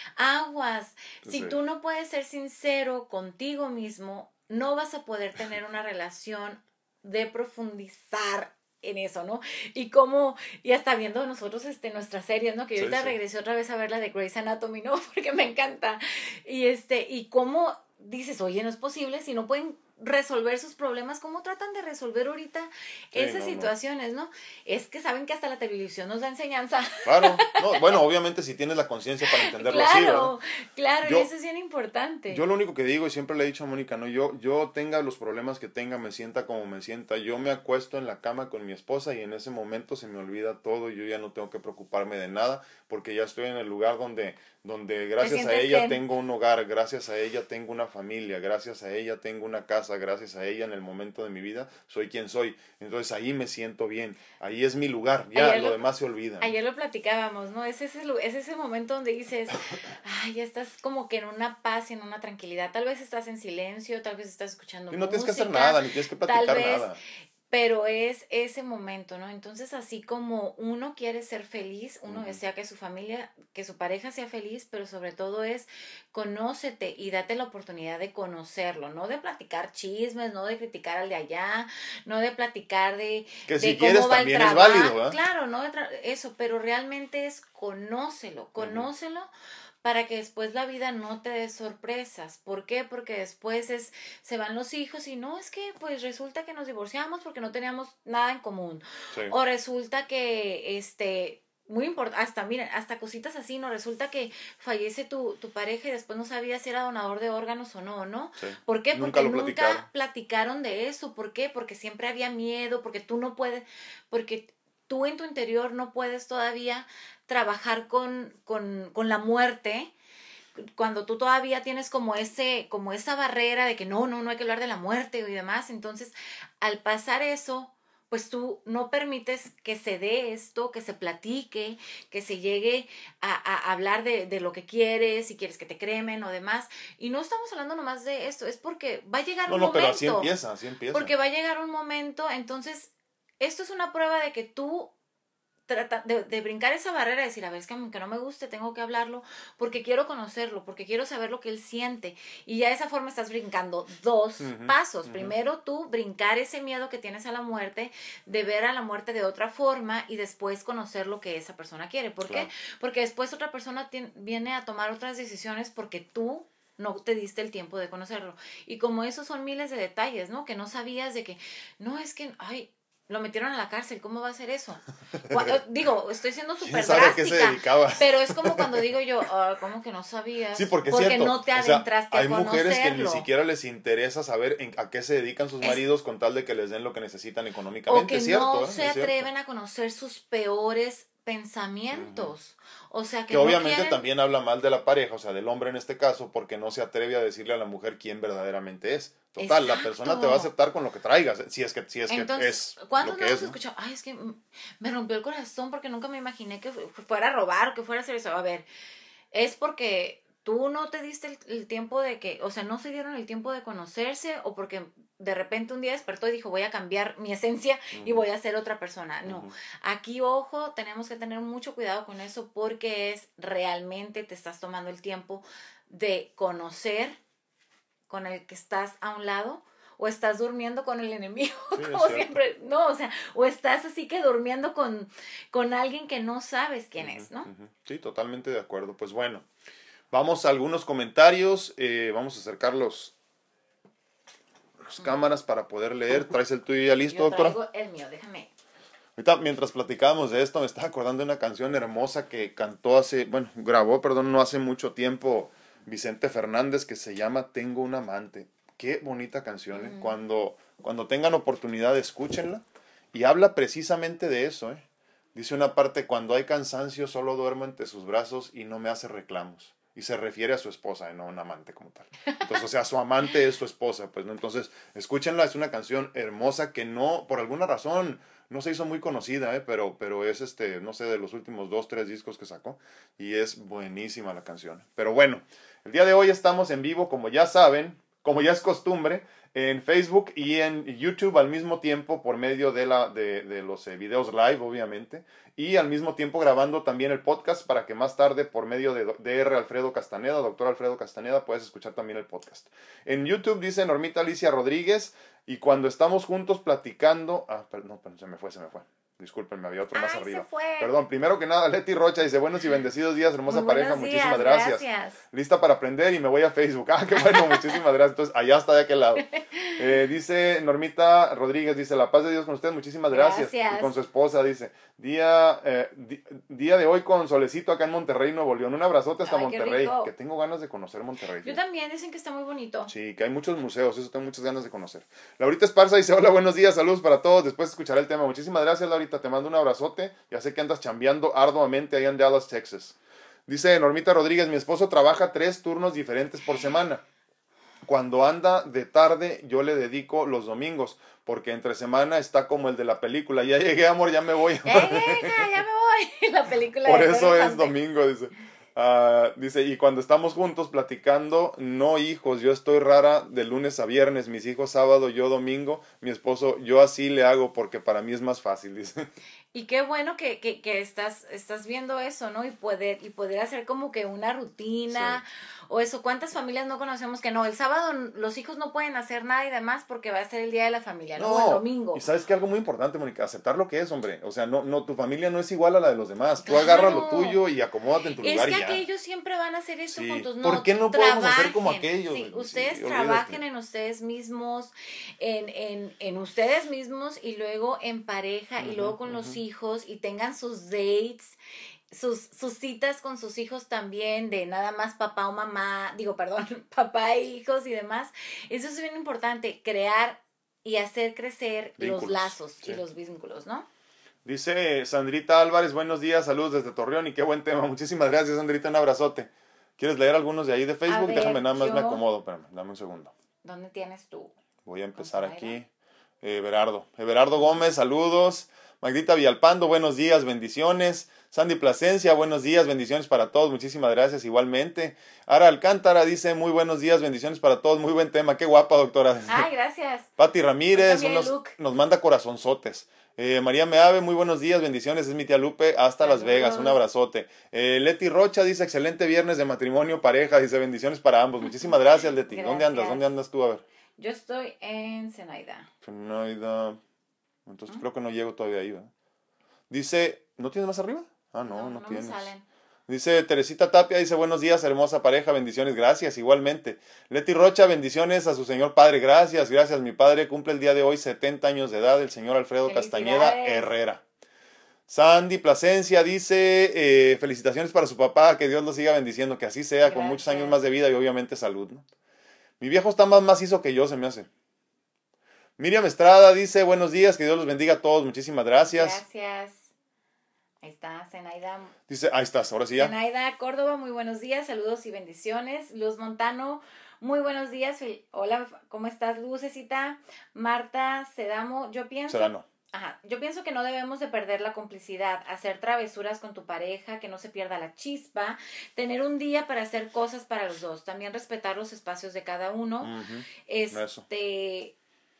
aguas. Si Sí. tú no puedes ser sincero contigo mismo, no vas a poder tener una relación de profundizar en eso, ¿no? Y como, y hasta viendo nosotros este, nuestras series, ¿no? Que yo Sí, ahorita sí. regresé otra vez a ver la de Grey's Anatomy, ¿no? Porque me encanta. Y este, y cómo dices, oye, no es posible, si no pueden resolver sus problemas, ¿cómo tratan de resolver ahorita Sí, esas no, no. situaciones, no? Es que saben que hasta la televisión nos da enseñanza. Claro, no, bueno, obviamente si tienes la conciencia para entenderlo así, ¿verdad? Claro, claro, y Yo, eso es bien importante. Yo lo único que digo, y siempre le he dicho a Mónica, no, yo, yo tenga los problemas que tenga, me sienta como me sienta, yo me acuesto en la cama con mi esposa y en ese momento se me olvida todo, yo ya no tengo que preocuparme de nada, porque ya estoy en el lugar donde, donde gracias a sientes ella bien. tengo un hogar, gracias a ella tengo una familia, gracias a ella tengo una casa, gracias a ella en el momento de mi vida soy quien soy, entonces ahí me siento bien, ahí es mi lugar, ya Ayer lo lo- demás se olvida. ¿no? Ayer lo platicábamos, ¿no? Es ese, lu- es ese momento donde dices, ay, ya estás como que en una paz y en una tranquilidad. Tal vez estás en silencio, tal vez estás escuchando Y no tienes que hacer música, nada, ni tienes que tal platicar vez, nada. pero es ese momento, ¿no? Entonces, así como uno quiere ser feliz, uno Ujú. desea que su familia, que su pareja sea feliz, pero sobre todo es conócete y date la oportunidad de conocerlo, no de platicar chismes, no de criticar al de allá, no de platicar de, Que de si cómo quieres va el también es trabajo. válido, ¿verdad? Claro, no de tra- eso, pero realmente es conócelo, conócelo para que después la vida no te dé sorpresas. ¿Por qué? Porque después es, se van los hijos y no, es que pues resulta que nos divorciamos porque no teníamos nada en común. Sí. O resulta que, este, muy importante, hasta, miren, hasta cositas así, ¿no? Resulta que fallece tu, tu pareja y después no sabías si era donador de órganos o no, ¿no? Sí. ¿Por qué? Nunca Porque lo nunca platicaron. platicaron de eso. ¿Por qué? Porque siempre había miedo, porque tú no puedes, porque tú en tu interior no puedes todavía trabajar con, con, con la muerte, cuando tú todavía tienes como ese, como esa barrera de que no, no, no hay que hablar de la muerte y demás. Entonces, al pasar eso, pues tú no permites que se dé esto, que se platique, que se llegue a, a hablar de, de lo que quieres, si quieres que te cremen o demás. Y no estamos hablando nomás de esto, es porque va a llegar No, un no, momento. pero así empieza, así empieza. Porque va a llegar un momento, entonces, esto es una prueba de que tú trata de, de brincar esa barrera, de decir, a ver, es que aunque no me guste, tengo que hablarlo, porque quiero conocerlo, porque quiero saber lo que él siente. Y ya de esa forma estás brincando dos Ujú, pasos. ujú. Primero tú, brincar ese miedo que tienes a la muerte, de ver a la muerte de otra forma y después conocer lo que esa persona quiere. ¿Por Claro. qué? Porque después otra persona tien- viene a tomar otras decisiones porque tú no te diste el tiempo de conocerlo. Y como esos son miles de detalles, ¿no? Que no sabías de que, no, es que, ay, lo metieron a la cárcel, ¿cómo va a ser eso? Gua- Digo, estoy siendo ¿Quién súper sabe a qué se drástica, dedicaba? pero es como cuando digo yo, ah, ¿cómo que no sabías? Sí, porque es Porque cierto. no te O sea, adentraste hay a mujeres que ni conocerlo. siquiera les interesa saber en- a qué se dedican sus Es- maridos con tal de que les den lo que necesitan O económicamente. que Es cierto, no ¿eh? se Es cierto. atreven a conocer sus peores pensamientos. O sea, que, Que no obviamente quieren... también habla mal de la pareja, o sea, del hombre en este caso, porque no se atreve a decirle a la mujer quién verdaderamente es. Total, la persona te va a Exacto. aceptar con lo que traigas, si es que, si es, que Entonces, es ¿cuántos lo no que hemos es, ¿no? escuchado? Ay, es que mm, me rompió el corazón porque nunca me imaginé que fu- fuera a robar o que fuera a hacer eso. A ver, es porque tú no te diste el, el tiempo de que, o sea, no se dieron el tiempo de conocerse o porque de repente un día despertó y dijo, voy a cambiar mi esencia y Ujú. voy a ser otra persona. No, Ujú. aquí, ojo, tenemos que tener mucho cuidado con eso porque es realmente te estás tomando el tiempo de conocer con el que estás a un lado o estás durmiendo con el enemigo, Sí, es como cierto. siempre, no, o sea, o estás así que durmiendo con, con alguien que no sabes quién Ujú, es, ¿no? ujú. Sí, totalmente de acuerdo. Pues bueno, vamos a algunos comentarios, eh, vamos a acercar los, las cámaras para poder leer. ¿Traes el tuyo ya listo, Yo doctora? traigo el mío, déjame. Ahorita, mientras platicábamos de esto, me estaba acordando de una canción hermosa que cantó hace, bueno, grabó, perdón, no hace mucho tiempo Vicente Fernández, que se llama Tengo un amante. Qué bonita canción, ¿eh? Mm. Cuando, cuando tengan oportunidad, escúchenla. Y habla precisamente de eso, ¿eh? Dice una parte, cuando hay cansancio, solo duermo entre sus brazos y no me hace reclamos. Y se refiere a su esposa, ¿eh? No a un amante como tal. Entonces, o sea, su amante es su esposa, pues, ¿no? Entonces, escúchenla, es una canción hermosa que no, por alguna razón, no se hizo muy conocida, ¿eh? pero, pero es, este, no sé, de los últimos dos, tres discos que sacó. Y es buenísima la canción. Pero bueno, el día de hoy estamos en vivo, como ya saben, como ya es costumbre, en Facebook y en YouTube al mismo tiempo por medio de, la, de, de los eh, videos live, obviamente, y al mismo tiempo grabando también el podcast para que más tarde por medio de doctor Alfredo Castaneda, doctor Alfredo Castaneda, puedes escuchar también el podcast. En YouTube dice Normita Alicia Rodríguez, y cuando estamos juntos platicando... Ah, perdón, no, perdón, se me fue, se me fue. Discúlpenme, había otro más Ay, arriba. se fue. Perdón, primero que nada, Leti Rocha dice, buenos y bendecidos días, hermosa Muy pareja, buenos muchísimas días, gracias. gracias. Lista para aprender y me voy a Facebook. Ah, qué bueno, muchísimas gracias. Entonces, allá está de aquel lado. Eh, dice Normita Rodríguez, dice, la paz de Dios con usted, muchísimas gracias. Gracias. Y con su esposa, dice, día, eh, di, día de hoy con Solecito acá en Monterrey, Nuevo León. Un abrazote hasta Ay, qué Monterrey, rico. que tengo ganas de conocer Monterrey. Yo también, dicen que está muy bonito. Sí, que hay muchos museos, eso tengo muchas ganas de conocer. Laurita Esparza dice, hola, buenos días, saludos para todos, después escucharé el tema. Muchísimas gracias, Laurita, te mando un abrazote, ya sé que andas chambeando arduamente allá en Dallas, Texas. Dice Normita Rodríguez, mi esposo trabaja tres turnos diferentes por semana. Cuando anda de tarde, yo le dedico los domingos, porque entre semana está como el de la película. Ya llegué, amor, ya me voy. Ya llegué, hija, ya me voy. La película Por de eso Pedro es Infante. domingo, dice. Uh, dice, y cuando estamos juntos platicando, no hijos, yo estoy rara de lunes a viernes, mis hijos sábado, yo domingo, mi esposo, yo así le hago porque para mí es más fácil, dice. Y qué bueno que, que, que estás, estás viendo eso, ¿no? Y poder, y poder hacer como que una rutina, sí. O eso. ¿Cuántas familias no conocemos que no? El sábado los hijos no pueden hacer nada y demás porque va a ser el día de la familia, ¿no? No, O el domingo. Y sabes que algo muy importante, Mónica, aceptar lo que es, hombre. O sea, no, no, tu familia no es igual a la de los demás. Tú Claro. agarra lo tuyo y acomódate en tu Es lugar que y ya. aquellos siempre van a hacer esto Sí. juntos. No, ¿Por qué no podemos trabajen. hacer como aquellos? Sí, Sí, ustedes olvídate. trabajen en ustedes mismos, en, en, en ustedes mismos y luego en pareja uh-huh, y luego con uh-huh. los hijos y tengan sus dates, sus, sus citas con sus hijos también, de nada más papá o mamá, digo, perdón, papá e hijos y demás. Eso es bien importante, crear y hacer crecer vínculos, los lazos sí. y los vínculos, ¿no? Dice Sandrita Álvarez, buenos días, saludos desde Torreón y qué buen tema. Muchísimas gracias, Sandrita, un abrazote. ¿Quieres leer algunos de ahí de Facebook? Ver, Déjame, nada más yo... me acomodo, espérame, dame un segundo. ¿Dónde tienes tú? Voy a empezar aquí. Eh, Everardo. Everardo Gómez, saludos. Magdita Villalpando, buenos días, bendiciones. Sandy Plasencia, buenos días, bendiciones para todos, muchísimas gracias, igualmente. Ara Alcántara dice, muy buenos días, bendiciones para todos, muy buen tema, qué guapa, doctora. Ay, gracias. Pati Ramírez, nos, nos manda corazonzotes. Eh, María Meave, muy buenos días, bendiciones, es mi tía Lupe, hasta Saludos. Las Vegas, un abrazote. Eh, Leti Rocha dice, excelente viernes de matrimonio, pareja, dice, bendiciones para ambos, muchísimas gracias, Leti. Gracias. ¿Dónde andas? ¿Dónde andas tú? A ver. Yo estoy en Zenaida. Zenaida, entonces ¿Mm? creo que no llego todavía ahí, ¿verdad? Dice, ¿no tienes más arriba? Ah, no, no, no, no tienes. Dice Teresita Tapia, dice, buenos días, hermosa pareja, bendiciones, gracias, igualmente. Leti Rocha, bendiciones a su señor padre, gracias, gracias. Mi padre cumple el día de hoy setenta años de edad, el señor Alfredo Castañeda Herrera. Sandy Plasencia dice, eh, felicitaciones para su papá, que Dios lo siga bendiciendo, que así sea, gracias. Con muchos años más de vida y obviamente salud, ¿no? Mi viejo está más macizo que yo, se me hace. Miriam Estrada dice, buenos días, que Dios los bendiga a todos, muchísimas gracias. Gracias. Ahí está, Zenaida. Dice, ahí estás, ahora sí ya. Zenaida Córdoba, muy buenos días, saludos y bendiciones. Luz Montano, muy buenos días. Hola, ¿cómo estás, Lucecita? Marta Sedamo, yo pienso... Sedano. Ajá, yo pienso que no debemos de perder la complicidad, hacer travesuras con tu pareja, que no se pierda la chispa, tener un día para hacer cosas para los dos, también respetar los espacios de cada uno. Uh-huh. Este... Eso.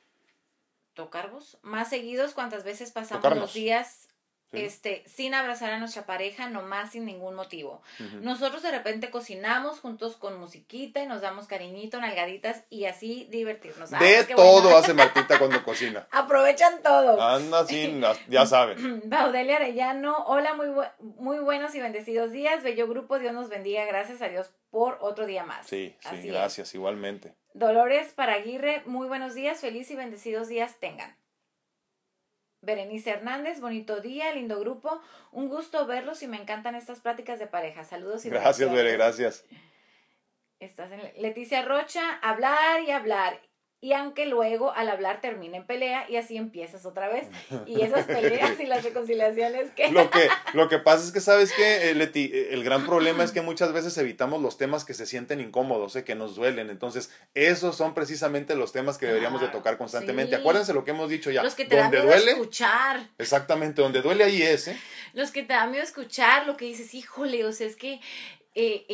Tocarvos más seguidos, cuantas veces pasamos Tocarnos. Los días sí. este, sin abrazar a nuestra pareja, nomás sin ningún motivo. Uh-huh. Nosotros de repente cocinamos juntos con musiquita y nos damos cariñito, nalgaditas y así divertirnos. De ah, todo buena. Hace Martita cuando cocina. Aprovechan todo. Anda sin, ya saben. Baudelia Arellano, hola, muy, bu- muy buenos y bendecidos días. Bello grupo, Dios nos bendiga, gracias a Dios por otro día más. Sí, sí, así gracias, es. Igualmente. Dolores Paraguirre, muy buenos días, feliz y bendecidos días tengan. Berenice Hernández, bonito día, lindo grupo, un gusto verlos y me encantan estas pláticas de pareja. Saludos y gracias, Bere, gracias. Estás en Leticia Rocha, hablar y hablar. Y aunque luego al hablar termina en pelea y así empiezas otra vez. Y esas peleas y las reconciliaciones que... Lo que, lo que pasa es que, ¿sabes qué, Leti? El gran problema es que muchas veces evitamos los temas que se sienten incómodos, ¿eh? Que nos duelen. Entonces, esos son precisamente los temas que deberíamos de tocar constantemente. Sí. Acuérdense lo que hemos dicho ya. Los que te donde da miedo duele, escuchar. Exactamente, donde duele ahí es, ¿eh? Los que te da miedo escuchar, lo que dices, híjole, o sea, es que... Eh, eh,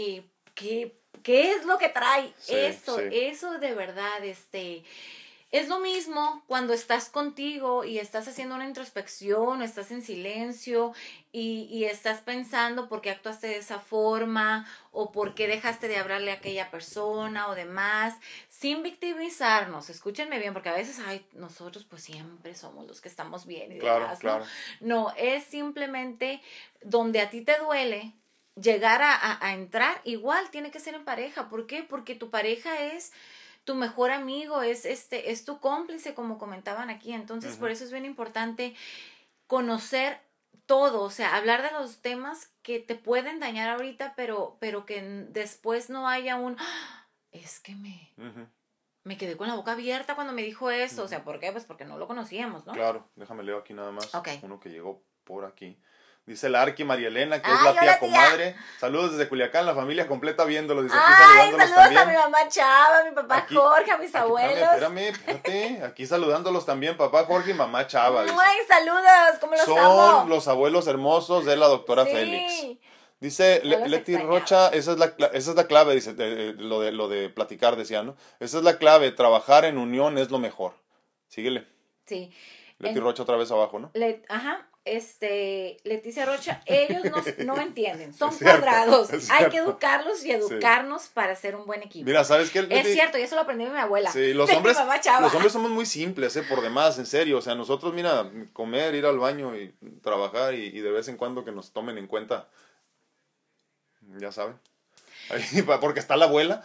¿qué, qué es lo que trae? Sí, eso, sí. eso de verdad, este... Es lo mismo cuando estás contigo y estás haciendo una introspección, o estás en silencio y, y estás pensando por qué actuaste de esa forma o por qué dejaste de hablarle a aquella persona o demás, sin victimizarnos. Escúchenme bien, porque a veces, ay, nosotros pues siempre somos los que estamos bien y Claro, demás, ¿no? claro. No, es simplemente donde a ti te duele llegar a, a, a entrar, igual tiene que ser en pareja. ¿Por qué? Porque tu pareja es tu mejor amigo, es este, es tu cómplice, como comentaban aquí. Entonces, uh-huh. por eso es bien importante conocer todo, o sea, hablar de los temas que te pueden dañar ahorita, pero, pero que después no haya un, ¡ah! Es que me, uh-huh. me quedé con la boca abierta cuando me dijo eso. Uh-huh. O sea, ¿por qué? Pues porque no lo conocíamos, ¿no? Claro, déjame leo aquí nada más. Okay. Uno que llegó por aquí. Dice la Arqui María Elena, que Ay, es la tía, hola, tía comadre. Saludos desde Culiacán, la familia completa viéndolo. Dice aquí Ay, saludándolos saludos también. a mi mamá Chava, a mi papá Aquí, Jorge, a mis aquí, abuelos. Espérame, espérame. Aquí saludándolos también, papá Jorge y mamá Chava. Dice. Ay, saludos, ¿cómo los Son amo? los abuelos hermosos de la doctora sí. Félix. Dice Le, Leti extrañaba. Rocha, esa es la, esa es la clave, dice, de, de, lo, de, lo de platicar, decía, ¿no? Esa es la clave, trabajar en unión es lo mejor. Síguele. Sí. Leti en, Rocha otra vez abajo, ¿no? Le, ajá, este, Leticia Rocha, ellos no, no entienden, son cierto, cuadrados, hay que educarlos y educarnos sí. para ser un buen equipo. Mira, ¿sabes qué? Es cierto, y eso lo aprendí de mi abuela. Sí, los hombres, los hombres somos muy simples, ¿eh? Por demás, en serio, o sea, nosotros, mira, comer, ir al baño y trabajar y, y de vez en cuando que nos tomen en cuenta, ya saben. Porque está la abuela,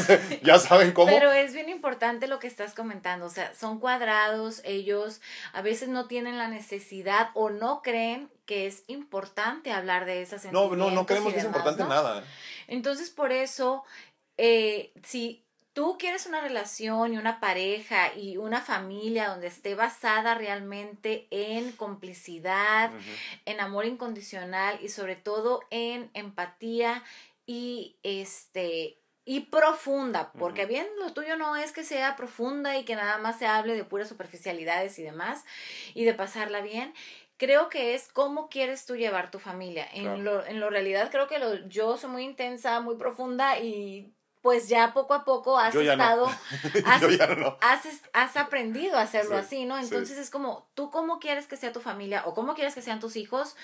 ya saben cómo. Pero es bien importante lo que estás comentando, o sea, son cuadrados, ellos a veces no tienen la necesidad o no creen que es importante hablar de esas sentimientos. No, no, no creemos que demás, es importante ¿no? nada. ¿eh? Entonces, por eso, eh, si tú quieres una relación y una pareja y una familia donde esté basada realmente en complicidad, uh-huh. en amor incondicional y sobre todo en empatía, y este y profunda, porque uh-huh. bien lo tuyo no es que sea profunda y que nada más se hable de puras superficialidades y demás y de pasarla bien. Creo que es cómo quieres tú llevar tu familia. Claro. En lo en lo realidad creo que lo, yo soy muy intensa, muy profunda y pues ya poco a poco has estado, no. has, no. has, has aprendido a hacerlo sí, así, ¿no? Entonces sí. es como, tú cómo quieres que sea tu familia o cómo quieres que sean tus hijos,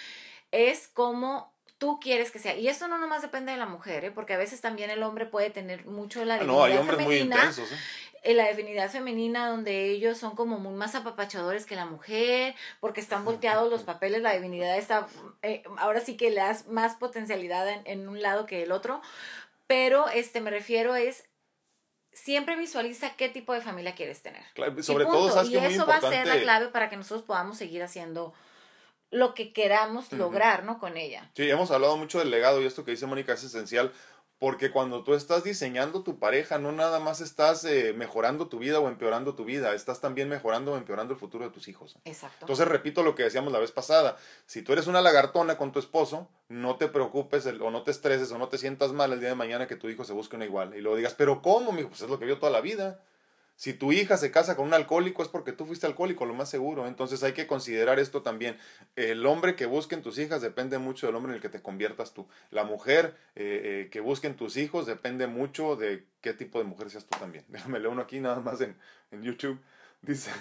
es como tú quieres que sea. Y eso no nomás depende de la mujer, ¿eh? Porque a veces también el hombre puede tener mucho la divinidad ah, no, hay hombres femenina. Muy intensos, ¿eh? La divinidad femenina donde ellos son como muy más apapachadores que la mujer, porque están volteados los papeles, la divinidad está, eh, ahora sí que le das más potencialidad en, en un lado que el otro, pero este me refiero es, siempre visualiza qué tipo de familia quieres tener. Claro, sobre todo, ¿sabes y qué? eso Muy va importante. a ser la clave para que nosotros podamos seguir haciendo lo que queramos uh-huh. lograr, ¿no? Con ella. Sí, hemos hablado mucho del legado y esto que dice Mónica es esencial porque cuando tú estás diseñando tu pareja no nada más estás eh, mejorando tu vida o empeorando tu vida, estás también mejorando o empeorando el futuro de tus hijos. Exacto. Entonces repito lo que decíamos la vez pasada, si tú eres una lagartona con tu esposo, no te preocupes el, o no te estreses o no te sientas mal el día de mañana que tu hijo se busque una igual y luego digas, pero ¿cómo, mijo? Pues es lo que vio toda la vida. Si tu hija se casa con un alcohólico es porque tú fuiste alcohólico, lo más seguro. Entonces hay que considerar esto también. El hombre que busquen tus hijas depende mucho del hombre en el que te conviertas tú. La mujer eh, eh, que busquen tus hijos depende mucho de qué tipo de mujer seas tú también. Déjame leer uno aquí nada más en, en YouTube. Dice,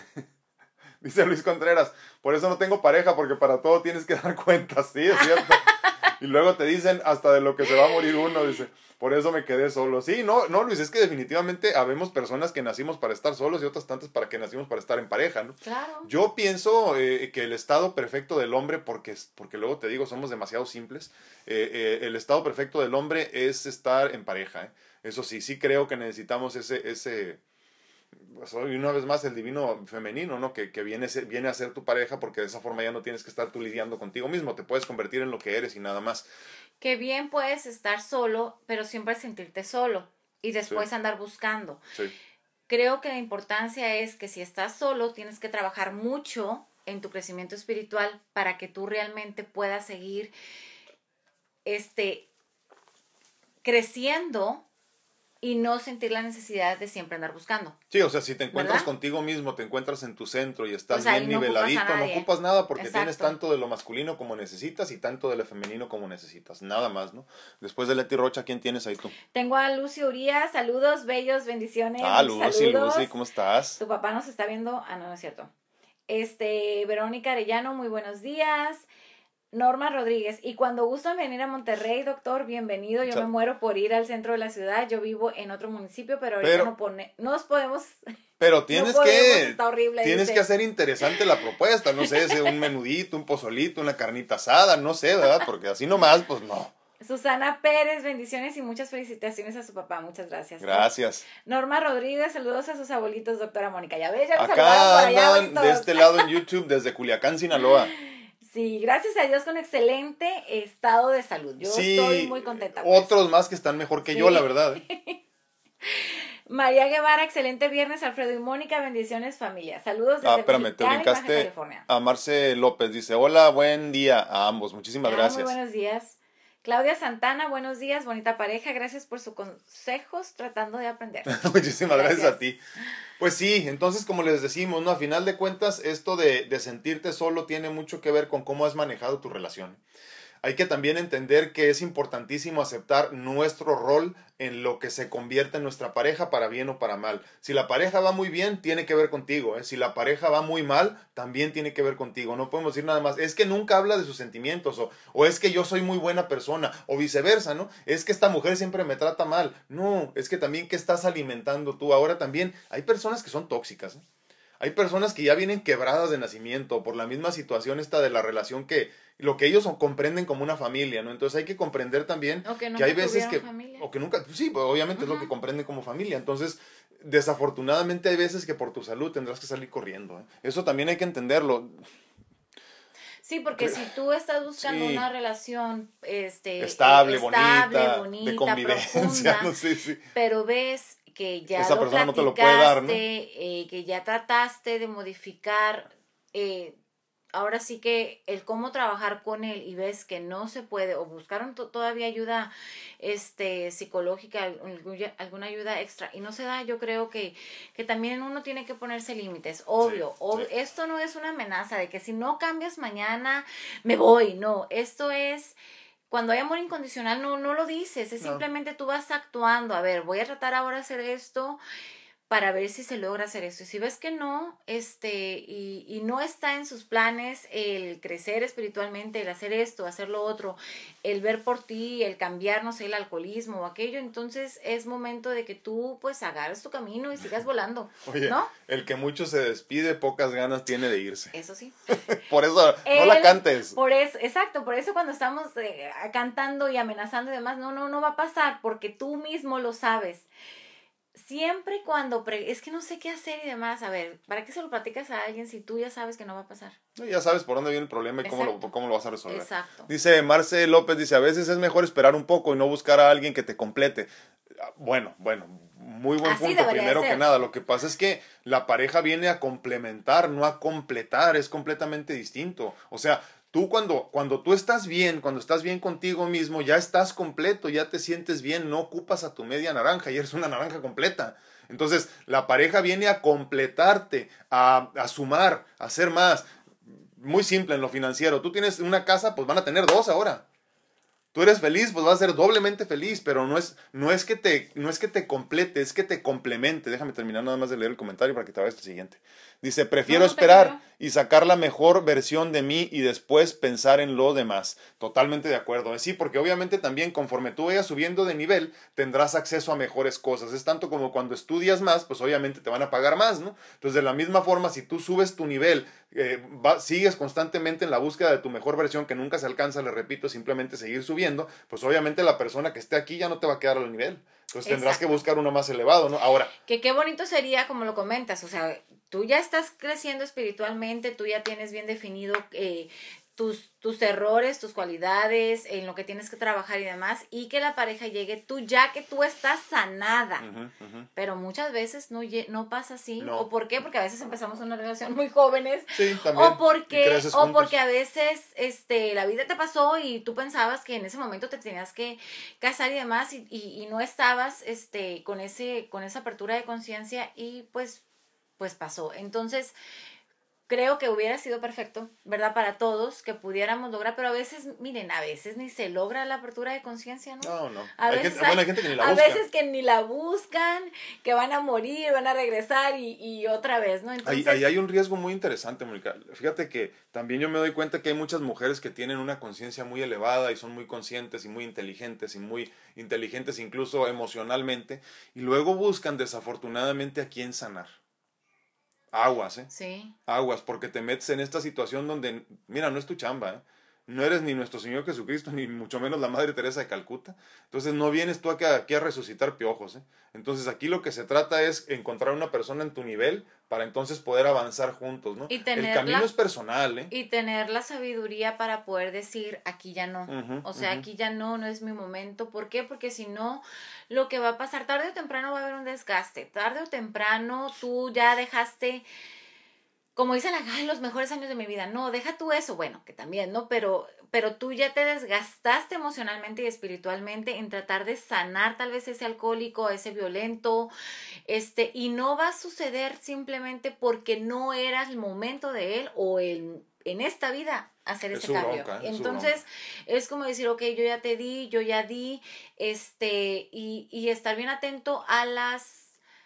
dice Luis Contreras, por eso no tengo pareja porque para todo tienes que dar cuentas. Sí, es cierto. Y luego te dicen hasta de lo que se va a morir uno, dice, por eso me quedé solo. Sí, no, no, Luis, es que definitivamente habemos personas que nacimos para estar solos y otras tantas para que nacimos para estar en pareja, ¿no? Claro. Yo pienso eh, que el estado perfecto del hombre, porque, porque luego te digo, somos demasiado simples, eh, eh, el estado perfecto del hombre es estar en pareja, ¿eh? Eso sí, sí creo que necesitamos ese... ese y una vez más el divino femenino, ¿no? Que, que viene, viene a ser tu pareja porque de esa forma ya no tienes que estar tú lidiando contigo mismo, te puedes convertir en lo que eres y nada más. Que bien puedes estar solo, pero siempre sentirte solo y después sí. andar buscando. Sí. Creo que la importancia es que si estás solo tienes que trabajar mucho en tu crecimiento espiritual para que tú realmente puedas seguir este, creciendo y no sentir la necesidad de siempre andar buscando. Sí, o sea, si te encuentras ¿verdad? contigo mismo, te encuentras en tu centro y estás Pues ahí bien no ocupas a niveladito, no nadie. ocupas nada porque Exacto. tienes tanto de lo masculino como necesitas y tanto de lo femenino como necesitas. Nada más, ¿no? Después de Leti Rocha, ¿quién tienes ahí tú? Tengo a Lucy Urias, saludos, bellos, bendiciones. Ah, Lucy, saludos. Lucy, ¿cómo estás? Tu papá nos está viendo, ah, no, no es cierto. Este, Verónica Arellano, muy buenos días. Norma Rodríguez, y cuando gustan venir a Monterrey, doctor, bienvenido. Yo Chao. me muero por ir al centro de la ciudad. Yo vivo en otro municipio, pero ahorita Pero- no pone, no nos podemos. Pero tienes no podemos, que está horrible, tienes dice. que hacer interesante la propuesta, no sé, ese, un menudito, un pozolito, una carnita asada, no sé, ¿verdad? Porque así nomás, pues no. Susana Pérez, bendiciones y muchas felicitaciones a su papá. Muchas gracias. Gracias. Norma Rodríguez, saludos a sus abuelitos, doctora Mónica. Ya ves, ya nos Acá saludaron por allá, andan abuelitos. de este lado en YouTube, desde Culiacán, Sinaloa. Sí, gracias a Dios con excelente estado de salud. Yo Sí, estoy muy contenta. pues. otros más que están mejor que Sí. yo, la verdad. María Guevara, excelente viernes, Alfredo y Mónica, bendiciones familia. Saludos desde Ah, espérame, te Mexicali, Baja brincaste California. a Marce López. Dice, hola, buen día a ambos. Muchísimas Ah, gracias. Muy buenos días. Claudia Santana, buenos días, bonita pareja, gracias por sus consejos, tratando de aprender. Muchísimas gracias. Gracias. a ti. Pues sí, entonces como les decimos, ¿no? A final de cuentas, esto de, de sentirte solo tiene mucho que ver con cómo has manejado tu relación. Hay que también entender que es importantísimo aceptar nuestro rol en lo que se convierte en nuestra pareja para bien o para mal. Si la pareja va muy bien, tiene que ver contigo, ¿eh? Si la pareja va muy mal, también tiene que ver contigo. No podemos decir nada más, es que nunca habla de sus sentimientos, o, o es que yo soy muy buena persona, o viceversa, ¿no? Es que esta mujer siempre me trata mal. No, es que también, ¿qué estás alimentando tú? Ahora también hay personas que son tóxicas, ¿eh? Hay personas que ya vienen quebradas de nacimiento por la misma situación esta de la relación que lo que ellos comprenden como una familia, ¿no? Entonces hay que comprender también O que que nunca hay veces tuvieron que familia. o que nunca, sí, pues obviamente es lo Ujú. que comprenden como familia. Entonces, desafortunadamente hay veces que por tu salud tendrás que salir corriendo, ¿eh? Eso también hay que entenderlo. Sí, porque si tú estás buscando Sí. una relación este, Estable, eh, estable, bonita, bonita, de convivencia, profunda, no sé, sí. pero ves que ya Esa lo persona no te lo platicaste, puede dar, ¿no? eh, que ya trataste de modificar, eh, ahora sí que el cómo trabajar con él y ves que no se puede, o buscaron to- todavía ayuda este, psicológica, alguna, alguna ayuda extra, y no se da, yo creo que, que también uno tiene que ponerse límites, obvio, Sí, obvio. sí. Esto no es una amenaza de que si no cambias mañana, me voy, no, esto es... Cuando hay amor incondicional no, no lo dices, es No. simplemente tú vas actuando, a ver, voy a tratar ahora de hacer esto para ver si se logra hacer esto. Y si ves que no, este, y, y no está en sus planes el crecer espiritualmente, el hacer esto, hacer lo otro, el ver por ti, el cambiar, no sé, el alcoholismo o aquello, entonces es momento de que tú pues agarres tu camino y sigas volando, Oye, ¿no? el que mucho se despide, pocas ganas tiene de irse. Eso sí. Por eso, no la Él- cantes. Por eso, exacto, por eso cuando estamos eh, cantando y amenazando y demás, no, no, no va a pasar, porque tú mismo lo sabes. Siempre y cuando, pre- es que no sé qué hacer y demás, a ver, ¿para qué se lo platicas a alguien si tú ya sabes que no va a pasar? Ya sabes por dónde viene el problema y cómo lo, Exacto. cómo lo vas a resolver. Exacto. Dice Marce López, dice, a veces es mejor esperar un poco y no buscar a alguien que te complete. Ah, Bueno, bueno, muy buen Así punto. debería Primero ser. que nada, lo que pasa es que la pareja viene a complementar, no a completar, es completamente distinto. O sea, tú cuando, cuando tú estás bien, cuando estás bien contigo mismo, ya estás completo, ya te sientes bien, no ocupas a tu media naranja y eres una naranja completa. Entonces, la pareja viene a completarte, a, a sumar, a hacer más. Muy simple en lo financiero. Tú tienes una casa, pues van a tener dos ahora. Tú eres feliz, pues vas a ser doblemente feliz, pero no es, no es que te, no es que te complete, es que te complemente. Déjame terminar nada más de leer el comentario para que te vayas al siguiente. Dice, prefiero No, no, esperar tranquilo. y sacar la mejor versión de mí y después pensar en lo demás. Totalmente de acuerdo. Sí, porque obviamente también conforme tú vayas subiendo de nivel, tendrás acceso a mejores cosas. Es tanto como cuando estudias más, pues obviamente te van a pagar más, ¿no? Entonces, de la misma forma, si tú subes tu nivel, eh, va, sigues constantemente en la búsqueda de tu mejor versión, que nunca se alcanza, le repito, simplemente seguir subiendo, pues obviamente la persona que esté aquí ya no te va a quedar al nivel. Entonces tendrás Exacto. que buscar uno más elevado, ¿no? Ahora, Que qué bonito sería, como lo comentas, o sea, tú ya estás creciendo espiritualmente, tú ya tienes bien definido eh, tus, tus errores, tus cualidades, en lo que tienes que trabajar y demás, y que la pareja llegue tú ya que tú estás sanada. Uh-huh, uh-huh. Pero muchas veces no, no pasa así. No. ¿O por qué? Porque a veces empezamos una relación muy jóvenes. Sí, también. O porque, o juntos. porque a veces este, la vida te pasó y tú pensabas que en ese momento te tenías que casar y demás y, y, y no estabas este, con, ese, con esa apertura de conciencia y pues, pues pasó. Entonces, creo que hubiera sido perfecto, ¿verdad? Para todos, que pudiéramos lograr, pero a veces, miren, a veces ni se logra la apertura de conciencia, ¿no? No, no. A hay, veces gente, bueno, hay gente que ni la a busca. veces que ni la buscan, que van a morir, van a regresar y, y otra vez, ¿no? Entonces, ahí, ahí hay un riesgo muy interesante, Mónica. Fíjate que también yo me doy cuenta que hay muchas mujeres que tienen una conciencia muy elevada y son muy conscientes y muy inteligentes y muy inteligentes incluso emocionalmente y luego buscan desafortunadamente a quién sanar. Aguas, ¿eh? Sí. Aguas, porque te metes en esta situación donde, mira, no es tu chamba, ¿eh? No eres ni nuestro Señor Jesucristo, ni mucho menos la Madre Teresa de Calcuta. Entonces no vienes tú aquí a, aquí a resucitar piojos, ¿eh? Entonces aquí lo que se trata es encontrar una persona en tu nivel para entonces poder avanzar juntos, ¿no? Y tener el camino la, es personal, ¿eh? Y tener la sabiduría para poder decir, aquí ya no. Uh-huh, o sea, uh-huh. aquí ya no, no es mi momento. ¿Por qué? Porque si no, lo que va a pasar, tarde o temprano va a haber un desgaste. Tarde o temprano tú ya dejaste... Como dicen acá, en los mejores años de mi vida, no, deja tú eso, bueno, que también, ¿no? Pero, pero tú ya te desgastaste emocionalmente y espiritualmente en tratar de sanar tal vez ese alcohólico, ese violento, este, y no va a suceder simplemente porque no era el momento de él o el, en esta vida hacer es ese cambio. Bronca, es Entonces, es como decir, ok, yo ya te di, yo ya di, este, y, y estar bien atento a las...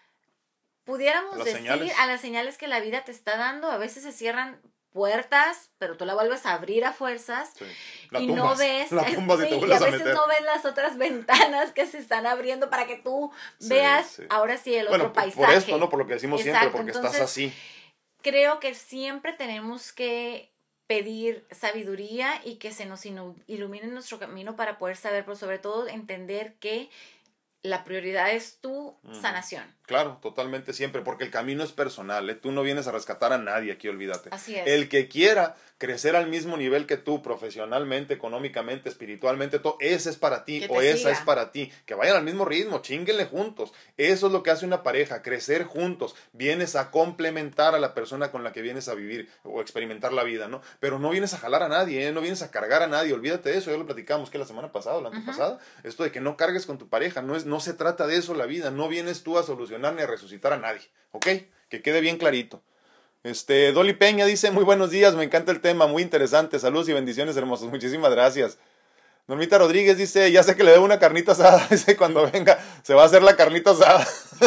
Pudiéramos las decir señales. a las señales que la vida te está dando. A veces se cierran puertas, pero tú la vuelves a abrir a fuerzas sí. la y tumbas, no ves, la tumbas sí, y, te y a a veces meter. no ves las otras ventanas que se están abriendo para que tú sí, veas sí. ahora sí el bueno, otro por, paisaje. Por esto, ¿no? Por lo que decimos Exacto. siempre, porque Entonces, estás así. Creo que siempre tenemos que pedir sabiduría y que se nos ilumine nuestro camino para poder saber, pero sobre todo entender que la prioridad es tu uh-huh. sanación. Claro, totalmente siempre, porque el camino es personal, ¿eh? Tú no vienes a rescatar a nadie aquí, olvídate. Así es. El que quiera crecer al mismo nivel que tú, profesionalmente, económicamente, espiritualmente, todo, ese es para ti o esa siga. es para ti. Que vayan al mismo ritmo, chínguenle juntos. Eso es lo que hace una pareja, crecer juntos. Vienes a complementar a la persona con la que vienes a vivir o experimentar la vida, ¿no? Pero no vienes a jalar a nadie, ¿eh? No vienes a cargar a nadie, olvídate de eso, ya lo platicamos que la semana pasada o la antepasada, uh-huh. esto de que no cargues con tu pareja, no, es, no se trata de eso la vida, no vienes tú a solucionar ni a resucitar a nadie, ¿ok? Que quede bien clarito. Este, Dolly Peña dice, muy buenos días, me encanta el tema, muy interesante, saludos y bendiciones hermosos, muchísimas gracias. Normita Rodríguez dice, ya sé que le debo una carnita asada, dice, cuando venga, se va a hacer la carnita asada.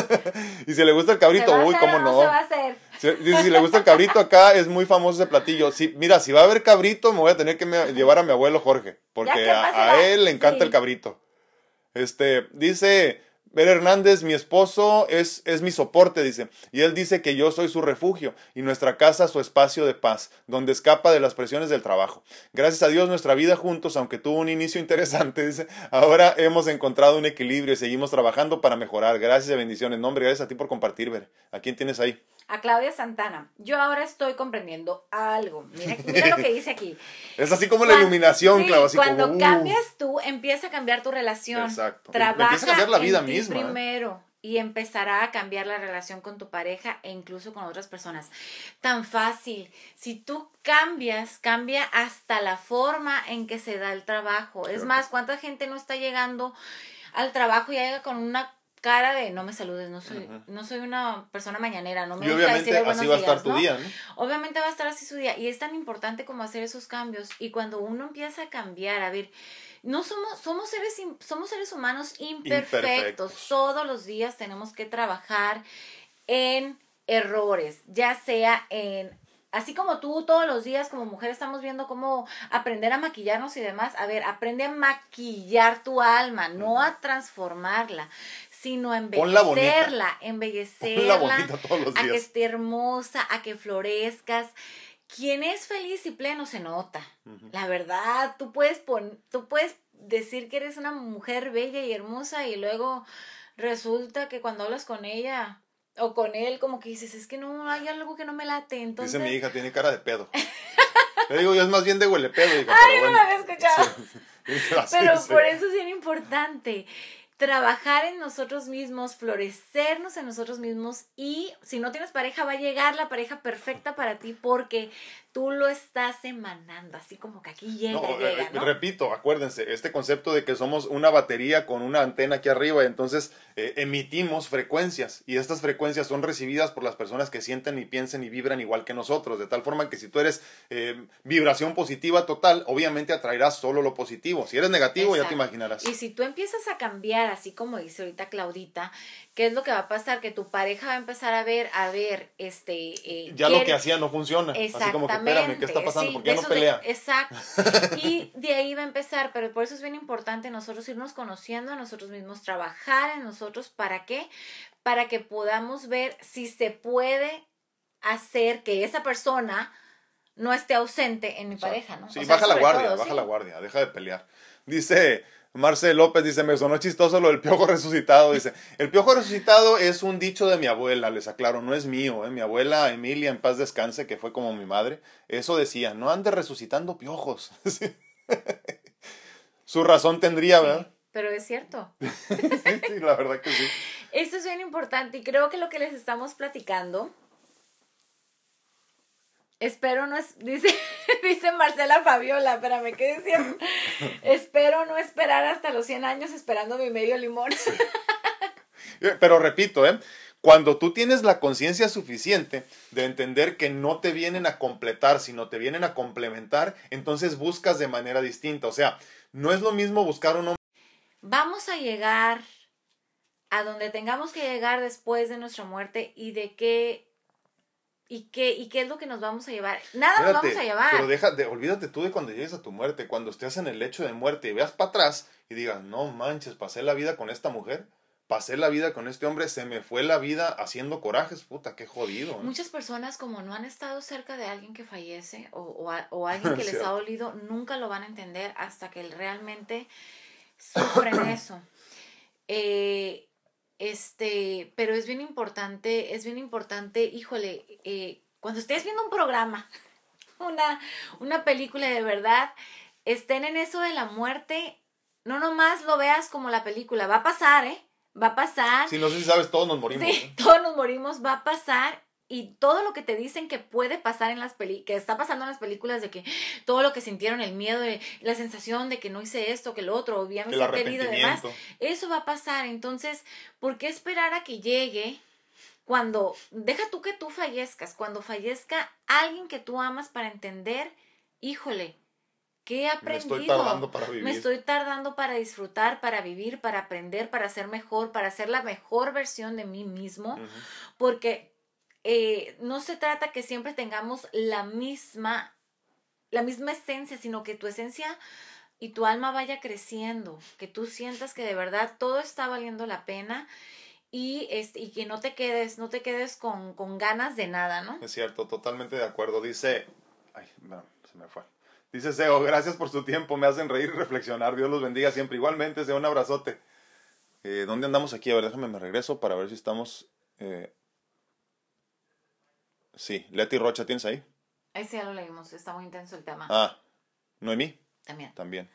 Y si le gusta el cabrito, uy, cómo no. Se va a hacer. Si, dice, si le gusta el cabrito acá, es muy famoso ese platillo. Si, mira, si va a haber cabrito, me voy a tener que me, llevar a mi abuelo Jorge, porque a, a él le encanta sí. el cabrito. Este, dice... Ver Hernández, mi esposo es, es mi soporte, dice, y él dice que yo soy su refugio y nuestra casa su espacio de paz, donde escapa de las presiones del trabajo. Gracias a Dios nuestra vida juntos, aunque tuvo un inicio interesante, dice, ahora hemos encontrado un equilibrio y seguimos trabajando para mejorar. Gracias y bendiciones. No, hombre, gracias a ti por compartir, Ver. ¿A quién tienes ahí? A Claudia Santana. Yo ahora estoy comprendiendo algo. Mira, mira lo que dice aquí. Es así como cuando, la iluminación, sí, Claudia. Así cuando como, uh. cambias tú, empieza a cambiar tu relación. Exacto. Trabaja empieza a cambiar la vida en ti misma. primero. ¿eh? Y empezará a cambiar la relación con tu pareja e incluso con otras personas. Tan fácil. Si tú cambias, cambia hasta la forma en que se da el trabajo. Es más, ¿cuánta gente no está llegando al trabajo y llega con una cara de no me saludes, no soy, uh-huh. no soy una persona mañanera, no me y gusta obviamente decirle así buenos va a estar días, tu ¿no? día, ¿no? Obviamente va a estar así su día y es tan importante como hacer esos cambios y cuando uno empieza a cambiar, a ver, no somos, somos seres, somos seres humanos imperfectos. imperfectos, todos los días tenemos que trabajar en errores, ya sea en... Así como tú todos los días como mujer estamos viendo cómo aprender a maquillarnos y demás, a ver, aprende a maquillar tu alma, no a transformarla, sino a embellecerla, embellecerla, todos los días. A que esté hermosa, a que florezcas. Quien es feliz y pleno se nota, uh-huh. La verdad, tú puedes, pon, tú puedes decir que eres una mujer bella y hermosa y luego resulta que cuando hablas con ella... O con él, como que dices, es que no, hay algo que no me late, entonces... Dice mi hija, tiene cara de pedo. Le digo, yo es más bien de huele pedo, hija, Ay, pero no bueno. lo había escuchado. Sí. Así, Pero sí. por eso es bien importante trabajar en nosotros mismos, florecernos en nosotros mismos, y si no tienes pareja va a llegar la pareja perfecta para ti porque tú lo estás emanando, así como que aquí llega, No, llega, eh, ¿no? repito, acuérdense, este concepto de que somos una batería con una antena aquí arriba, y entonces eh, emitimos frecuencias, y estas frecuencias son recibidas por las personas que sienten y piensan y vibran igual que nosotros, de tal forma que si tú eres eh, vibración positiva total, obviamente atraerás solo lo positivo. Si eres negativo, Exacto. ya te imaginarás. Y si tú empiezas a cambiar, así como dice ahorita Claudita, ¿qué es lo que va a pasar? Que tu pareja va a empezar a ver, a ver, este... Eh, ya lo que hacía no funciona. Así como que, espérame, ¿qué está pasando? Sí, ¿Por qué ya no de, pelea? exacto. Y de ahí va a empezar, pero por eso es bien importante nosotros irnos conociendo a nosotros mismos, trabajar en nosotros. ¿Para qué? Para que podamos ver si se puede hacer que esa persona no esté ausente en mi Exacto. pareja, ¿no? Sí, o sea, baja la guardia, todo, baja sí. la guardia, deja de pelear. Dice Marcel López, dice, me sonó chistoso lo del piojo resucitado. Dice, el piojo resucitado es un dicho de mi abuela, les aclaro, no es mío. ¿eh? Mi abuela Emilia, en paz descanse, que fue como mi madre, eso decía, no ande resucitando piojos. Su razón tendría, Sí, ¿verdad? pero es cierto. sí, sí, la verdad que sí. Esto es bien importante y creo que lo que les estamos platicando, espero no es, dice, dice Marcela Fabiola, espérame, ¿qué decía? Espero no esperar hasta los cien años esperando mi medio limón. Sí. Pero repito, ¿eh? Cuando tú tienes la conciencia suficiente de entender que no te vienen a completar, sino te vienen a complementar, entonces buscas de manera distinta. O sea, no es lo mismo buscar un hombre. Vamos a llegar a donde tengamos que llegar después de nuestra muerte, y de qué y qué y qué es lo que nos vamos a llevar. Nada Espérate, nos vamos a llevar. Pero deja, de, olvídate tú de cuando llegues a tu muerte, cuando estés en el lecho de muerte y veas para atrás y digas, no manches, pasé la vida con esta mujer, pasé la vida con este hombre, se me fue la vida haciendo corajes, puta, qué jodido. ¿eh? Muchas personas, como no han estado cerca de alguien que fallece o, o, a, o alguien que les ha dolido, nunca lo van a entender hasta que realmente sufren eso. Eh, este, pero es bien importante, es bien importante, híjole, eh, cuando estés viendo un programa, una, una película, de verdad, estén en eso de la muerte, no nomás lo veas como la película, va a pasar, ¿eh? Va a pasar. Sí, no sé si sabes, todos nos morimos. Sí, ¿eh? todos nos morimos, va a pasar. Y todo lo que te dicen que puede pasar en las películas, que está pasando en las películas, de que todo lo que sintieron, el miedo, la sensación de que no hice esto, que lo otro, o ya me El sentí herido y demás, arrepentimiento. eso va a pasar. Entonces, ¿por qué esperar a que llegue cuando, deja tú que tú fallezcas, cuando fallezca alguien que tú amas, para entender, híjole, ¿qué he aprendido? Me estoy tardando para vivir. Me estoy tardando para disfrutar, para vivir, para aprender, para ser mejor, para ser la mejor versión de mí mismo, Uh-huh. porque Eh, no se trata que siempre tengamos la misma, la misma esencia, sino que tu esencia y tu alma vaya creciendo, que tú sientas que de verdad todo está valiendo la pena, y, este, y que no te quedes, no te quedes con, con ganas de nada, ¿no? Es cierto, totalmente de acuerdo. Dice, ay, no, se me fue. Dice Seo, gracias por su tiempo, me hacen reír y reflexionar. Dios los bendiga siempre. Igualmente, Seo, un abrazote. Eh, ¿Dónde andamos aquí? A ver, déjame, me regreso para ver si estamos... Eh... Sí, Leti Rocha, ¿tienes ahí? Ese ya lo leímos, está muy intenso el tema. Ah, Noemí. También. También.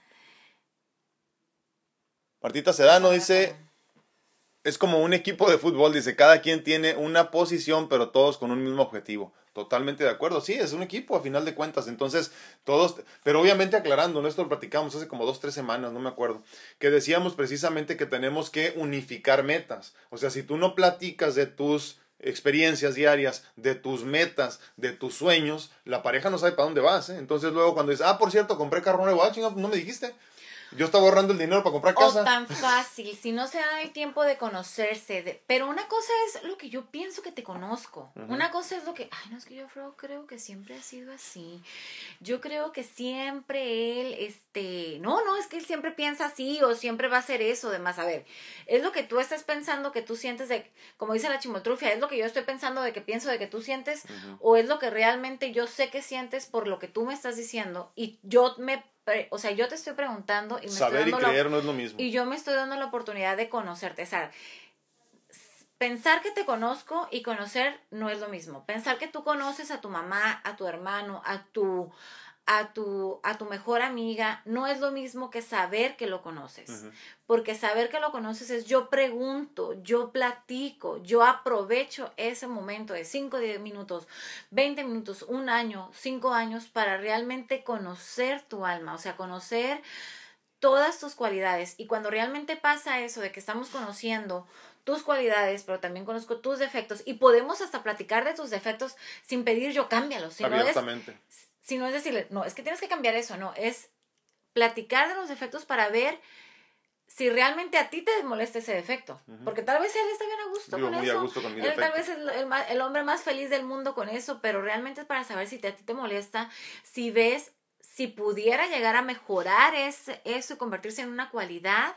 Martita Sedano dice, es como un equipo de fútbol, dice, cada quien tiene una posición, pero todos con un mismo objetivo. Totalmente de acuerdo, sí, es un equipo a final de cuentas, entonces todos, pero obviamente aclarando, ¿no? Esto lo platicamos hace como dos, tres semanas, no me acuerdo, que decíamos precisamente que tenemos que unificar metas. O sea, si tú no platicas de tus experiencias diarias, de tus metas, de tus sueños, la pareja no sabe para dónde vas, ¿eh? Entonces luego cuando dices, ah, por cierto, compré carro nuevo, ah, chinga, no me dijiste. Yo estaba ahorrando el dinero para comprar casa. O tan fácil, si no se da el tiempo de conocerse. De, pero una cosa es lo que yo pienso que te conozco. Uh-huh. Una cosa es lo que, ay, no, es que yo creo, creo que siempre ha sido así. Yo creo que siempre él, este, no, no, es que él siempre piensa así o siempre va a hacer eso. Además, a ver, es lo que tú estás pensando que tú sientes de, como dice la chimotrufia, es lo que yo estoy pensando de que pienso de que tú sientes, uh-huh. o es lo que realmente yo sé que sientes por lo que tú me estás diciendo y yo me... O sea, yo te estoy preguntando y me Saber estoy dando y creer la, no es lo mismo. Y yo me estoy dando la oportunidad de conocerte. O sea, pensar que te conozco y conocer no es lo mismo. Pensar que tú conoces a tu mamá, a tu hermano, a tu, a tu, a tu mejor amiga no es lo mismo que saber que lo conoces. Uh-huh. Porque saber que lo conoces es yo pregunto, yo platico, yo aprovecho ese momento de cinco, diez minutos, veinte minutos, un año, cinco años para realmente conocer tu alma, o sea, conocer todas tus cualidades. Y cuando realmente pasa eso de que estamos conociendo tus cualidades, pero también conozco tus defectos y podemos hasta platicar de tus defectos sin pedir yo cámbialos. Si Abiertamente. No es, si no es decirle, no, es que tienes que cambiar eso, no, es platicar de los defectos para ver si realmente a ti te molesta ese defecto. Uh-huh. Porque tal vez él está bien a gusto Digo, con muy eso. A gusto con mi él defecto. Tal vez es el, el, el hombre más feliz del mundo con eso, pero realmente es para saber si te, a ti te molesta, si ves, si pudiera llegar a mejorar ese, eso y convertirse en una cualidad,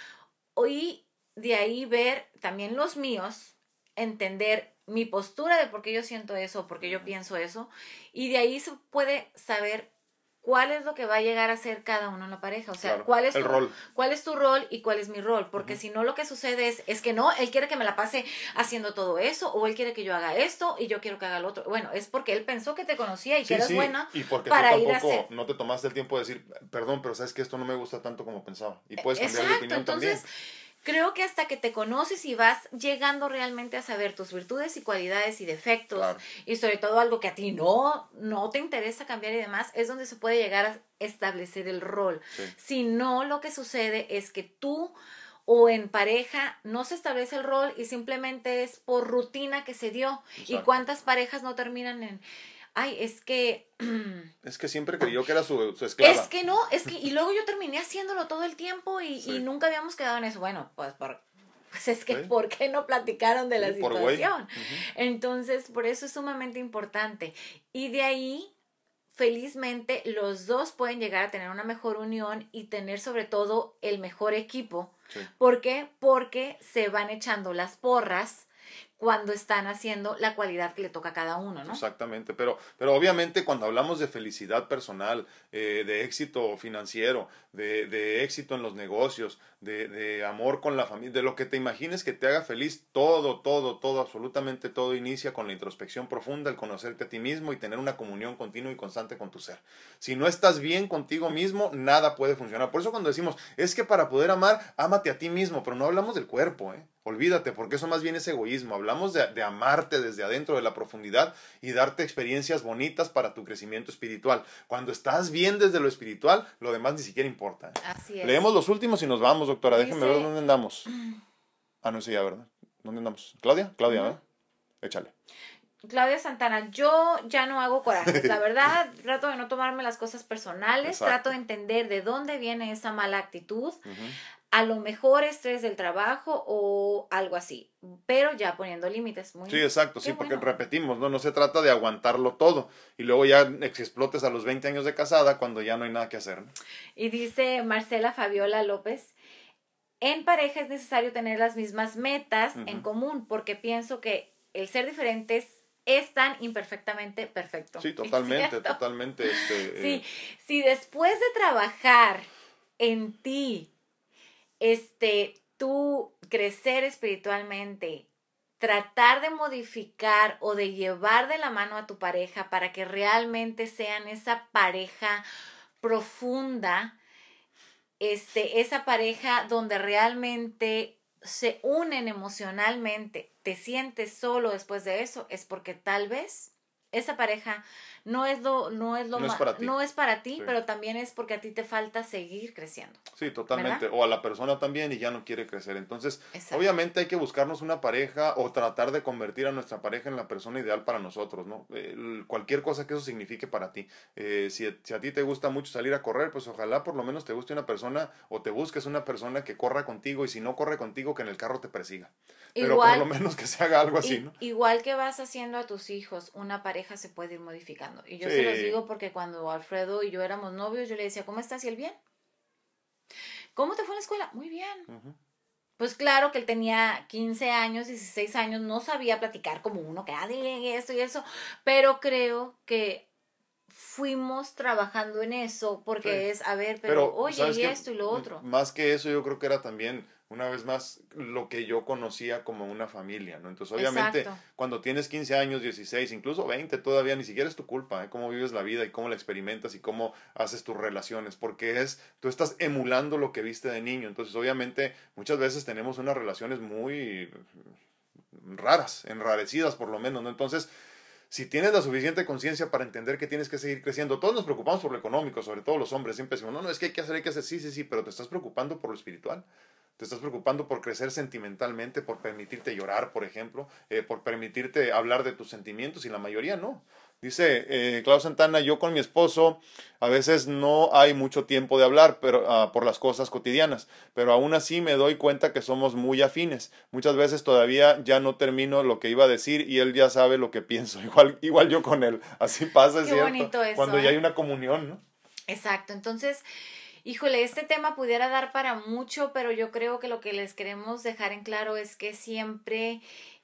y de ahí ver también los míos, entender mi postura de por qué yo siento eso, por qué yo pienso eso, y de ahí se puede saber cuál es lo que va a llegar a ser cada uno en la pareja, o sea, claro, cuál es el tu rol. cuál es tu rol y cuál es mi rol, porque uh-huh. si no lo que sucede es, es que no, él quiere que me la pase haciendo todo eso, o él quiere que yo haga esto y yo quiero que haga lo otro. Bueno, es porque él pensó que te conocía y sí, que eras sí. buena y porque para tú ir a tampoco hacer. No te tomaste el tiempo de decir, perdón, pero sabes que esto no me gusta tanto como pensaba, y puedes cambiar Exacto, de opinión entonces, también. Creo que hasta que te conoces y vas llegando realmente a saber tus virtudes y cualidades y defectos, claro. y sobre todo algo que a ti no, no te interesa cambiar y demás, es donde se puede llegar a establecer el rol. Sí. Si no, lo que sucede es que tú o en pareja no se establece el rol y simplemente es por rutina que se dio. Exacto. ¿Y cuántas parejas no terminan en... Ay, es que... Es que siempre creyó que era su, su esclava. Es que no, es que... Y luego yo terminé haciéndolo todo el tiempo y, sí. y nunca habíamos quedado en eso. Bueno, pues, por, pues es que, ¿sí? ¿Por qué no platicaron de sí, la situación? Uh-huh. Entonces, por eso es sumamente importante. Y de ahí, felizmente, los dos pueden llegar a tener una mejor unión y tener sobre todo el mejor equipo. Sí. ¿Por qué? Porque se van echando las porras cuando están haciendo la cualidad que le toca a cada uno, ¿no? Exactamente, pero, pero obviamente cuando hablamos de felicidad personal, eh, de éxito financiero, de, de éxito en los negocios, de, de amor con la familia, de lo que te imagines que te haga feliz, todo, todo, todo, absolutamente todo inicia con la introspección profunda, el conocerte a ti mismo y tener una comunión continua y constante con tu ser. Si no estás bien contigo mismo, nada puede funcionar. Por eso cuando decimos, es que para poder amar, ámate a ti mismo, pero no hablamos del cuerpo, ¿eh? Olvídate, porque eso más bien es egoísmo. Hablamos de, de amarte desde adentro de la profundidad y darte experiencias bonitas para tu crecimiento espiritual. Cuando estás bien desde lo espiritual, lo demás ni siquiera importa. ¿eh? Así es. Leemos los últimos y nos vamos, doctora. Dice... Déjenme ver dónde andamos. Ah, no, sí, ya, ¿verdad? ¿Dónde andamos? ¿Claudia? Claudia, ¿verdad? Uh-huh. Échale. Claudia Santana, yo ya no hago corajes, la verdad, trato de no tomarme las cosas personales, Exacto. Trato de entender de dónde viene esa mala actitud, uh-huh. A lo mejor estrés del trabajo o algo así, pero ya poniendo límites. Muy sí, exacto, sí, bueno. Porque repetimos, ¿no? No se trata de aguantarlo todo y luego ya explotes a los veinte años de casada cuando ya no hay nada que hacer, ¿no? Y dice Marcela Fabiola López, en pareja es necesario tener las mismas metas uh-huh. en común, porque pienso que el ser diferentes es tan imperfectamente perfecto. Sí, totalmente, totalmente. Este, sí, eh... si después de trabajar en ti, este, tú crecer espiritualmente, tratar de modificar o de llevar de la mano a tu pareja para que realmente sean esa pareja profunda, este, esa pareja donde realmente se unen emocionalmente, te sientes solo después de eso, es porque tal vez esa pareja no es lo no es lo no, ma- es para ti, no es para ti sí. Pero también es porque a ti te falta seguir creciendo. Sí, totalmente. ¿Verdad? O a la persona también y ya no quiere crecer. Entonces, Exacto. Obviamente hay que buscarnos una pareja o tratar de convertir a nuestra pareja en la persona ideal para nosotros, ¿no? Eh, cualquier cosa que eso signifique para ti. Eh, si, si a ti te gusta mucho salir a correr, pues ojalá por lo menos te guste una persona o te busques una persona que corra contigo y si no corre contigo, que en el carro te persiga. Pero Igual, por lo menos que se haga algo así, y, ¿no? Igual que vas haciendo a tus hijos, una pareja se puede ir modificando. Y yo Sí. se los digo porque cuando Alfredo y yo éramos novios, yo le decía, ¿cómo estás? ¿Y él bien? ¿Cómo te fue en la escuela? Muy bien. Uh-huh. Pues claro que él tenía quince años, dieciséis años, no sabía platicar como uno, que ah, esto y eso, pero creo que fuimos trabajando en eso porque Sí. es, a ver, pero, Pero oye, ¿sabes y qué? esto y lo otro. Más que eso, yo creo que era también una vez más, lo que yo conocía como una familia, ¿no? Entonces, obviamente, Exacto. cuando tienes quince años, dieciséis, incluso veinte, todavía ni siquiera es tu culpa, ¿eh? Cómo vives la vida y cómo la experimentas y cómo haces tus relaciones, porque es, tú estás emulando lo que viste de niño. Entonces, obviamente, muchas veces tenemos unas relaciones muy raras, enrarecidas por lo menos, ¿no? Entonces, si tienes la suficiente conciencia para entender que tienes que seguir creciendo, todos nos preocupamos por lo económico, sobre todo los hombres, siempre decimos, no, no, es que hay que hacer, hay que hacer, sí, sí, sí, pero te estás preocupando por lo espiritual. Te estás preocupando por crecer sentimentalmente, por permitirte llorar, por ejemplo, eh, por permitirte hablar de tus sentimientos, y la mayoría no. Dice eh, Clau Santana, yo con mi esposo a veces no hay mucho tiempo de hablar pero, uh, por las cosas cotidianas, pero aún así me doy cuenta que somos muy afines. Muchas veces todavía ya no termino lo que iba a decir y él ya sabe lo que pienso, igual, igual yo con él. Así pasa, es Qué cierto, bonito eso, cuando ¿eh? ya hay una comunión, ¿no? Exacto, entonces, híjole, este tema pudiera dar para mucho, pero yo creo que lo que les queremos dejar en claro es que siempre,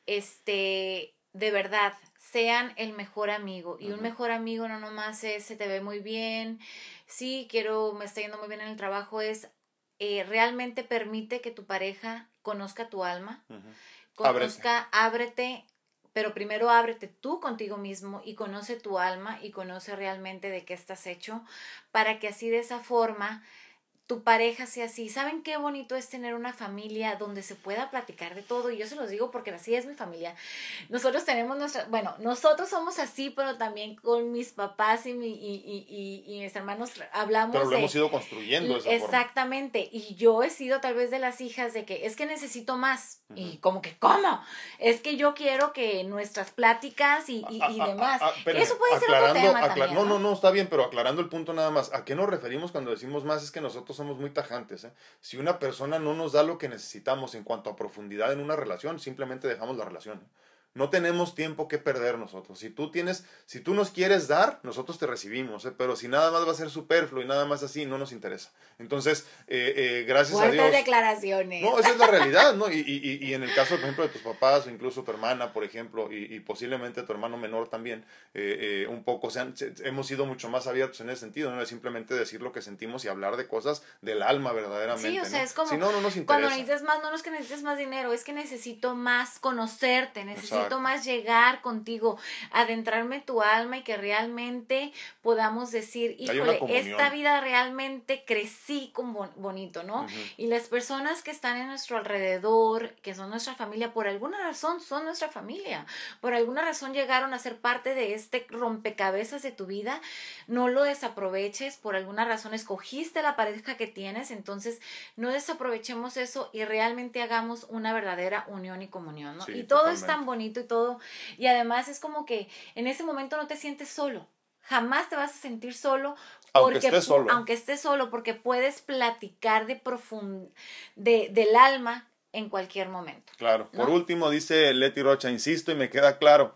este, de verdad, sean el mejor amigo. Y un Ujú. mejor amigo no nomás es, se te ve muy bien, sí, quiero, me está yendo muy bien en el trabajo, es eh, realmente permite que tu pareja conozca tu alma, Ujú. Ábrete. conozca, ábrete, pero primero ábrete tú contigo mismo y conoce tu alma y conoce realmente de qué estás hecho, para que así de esa forma tu pareja sea así. ¿Saben qué bonito es tener una familia donde se pueda platicar de todo? Y yo se los digo porque así es mi familia. Nosotros tenemos nuestra, bueno, nosotros somos así, pero también con mis papás y, mi, y, y, y, y mis hermanos Pero hablamos lo hemos de... ido construyendo de esa forma. Exactamente, y yo he sido tal vez de las hijas de que es que necesito más, Ujú. y como que, ¿cómo? Es que yo quiero que nuestras pláticas y, y, Ah, y ah, demás, ah, ah, espérame, eso puede ser otro aclarando, tema acla- también, no, ¿no? no, no, está bien, pero aclarando el punto nada más, ¿a qué nos referimos cuando decimos más? Es que nosotros somos muy tajantes, ¿eh? Si una persona no nos da lo que necesitamos en cuanto a profundidad en una relación, simplemente dejamos la relación, ¿eh? No tenemos tiempo que perder nosotros. Si tú tienes, si tú nos quieres dar, nosotros te recibimos, ¿eh? Pero si nada más va a ser superfluo y nada más así, no nos interesa. Entonces, eh, eh, gracias a Fuertes Dios. declaraciones. No, esa es la realidad, ¿no? Y, y, y en el caso, por ejemplo, de tus papás o incluso tu hermana, por ejemplo, y, y posiblemente tu hermano menor también, eh, eh, un poco, se han- se- hemos sido mucho más abiertos en ese sentido, ¿no? Es simplemente decir lo que sentimos y hablar de cosas del alma verdaderamente, Sí, o sea, ¿no? es como Si no, no nos cuando interesa. necesitas más, no es que necesites más dinero, es que necesito más conocerte, necesito Exacto. más llegar contigo, adentrarme en tu alma y que realmente podamos decir, Hay una híjole, esta comunión. vida realmente crecí con bon- bonito, ¿no? Ujú. Y las personas que están en nuestro alrededor, que son nuestra familia, por alguna razón son nuestra familia, por alguna razón llegaron a ser parte de este rompecabezas de tu vida, no lo desaproveches, por alguna razón escogiste la pareja que tienes, entonces no desaprovechemos eso y realmente hagamos una verdadera unión y comunión, ¿no? Sí, Y todo es totalmente. tan bonito y todo, y además es como que en ese momento no te sientes solo. Jamás te vas a sentir solo Aunque porque estés pu- solo, ¿eh? aunque estés solo, porque puedes platicar de profund de, del alma en cualquier momento, Claro. Por ¿no? último, dice Leti Rocha, insisto y me queda claro.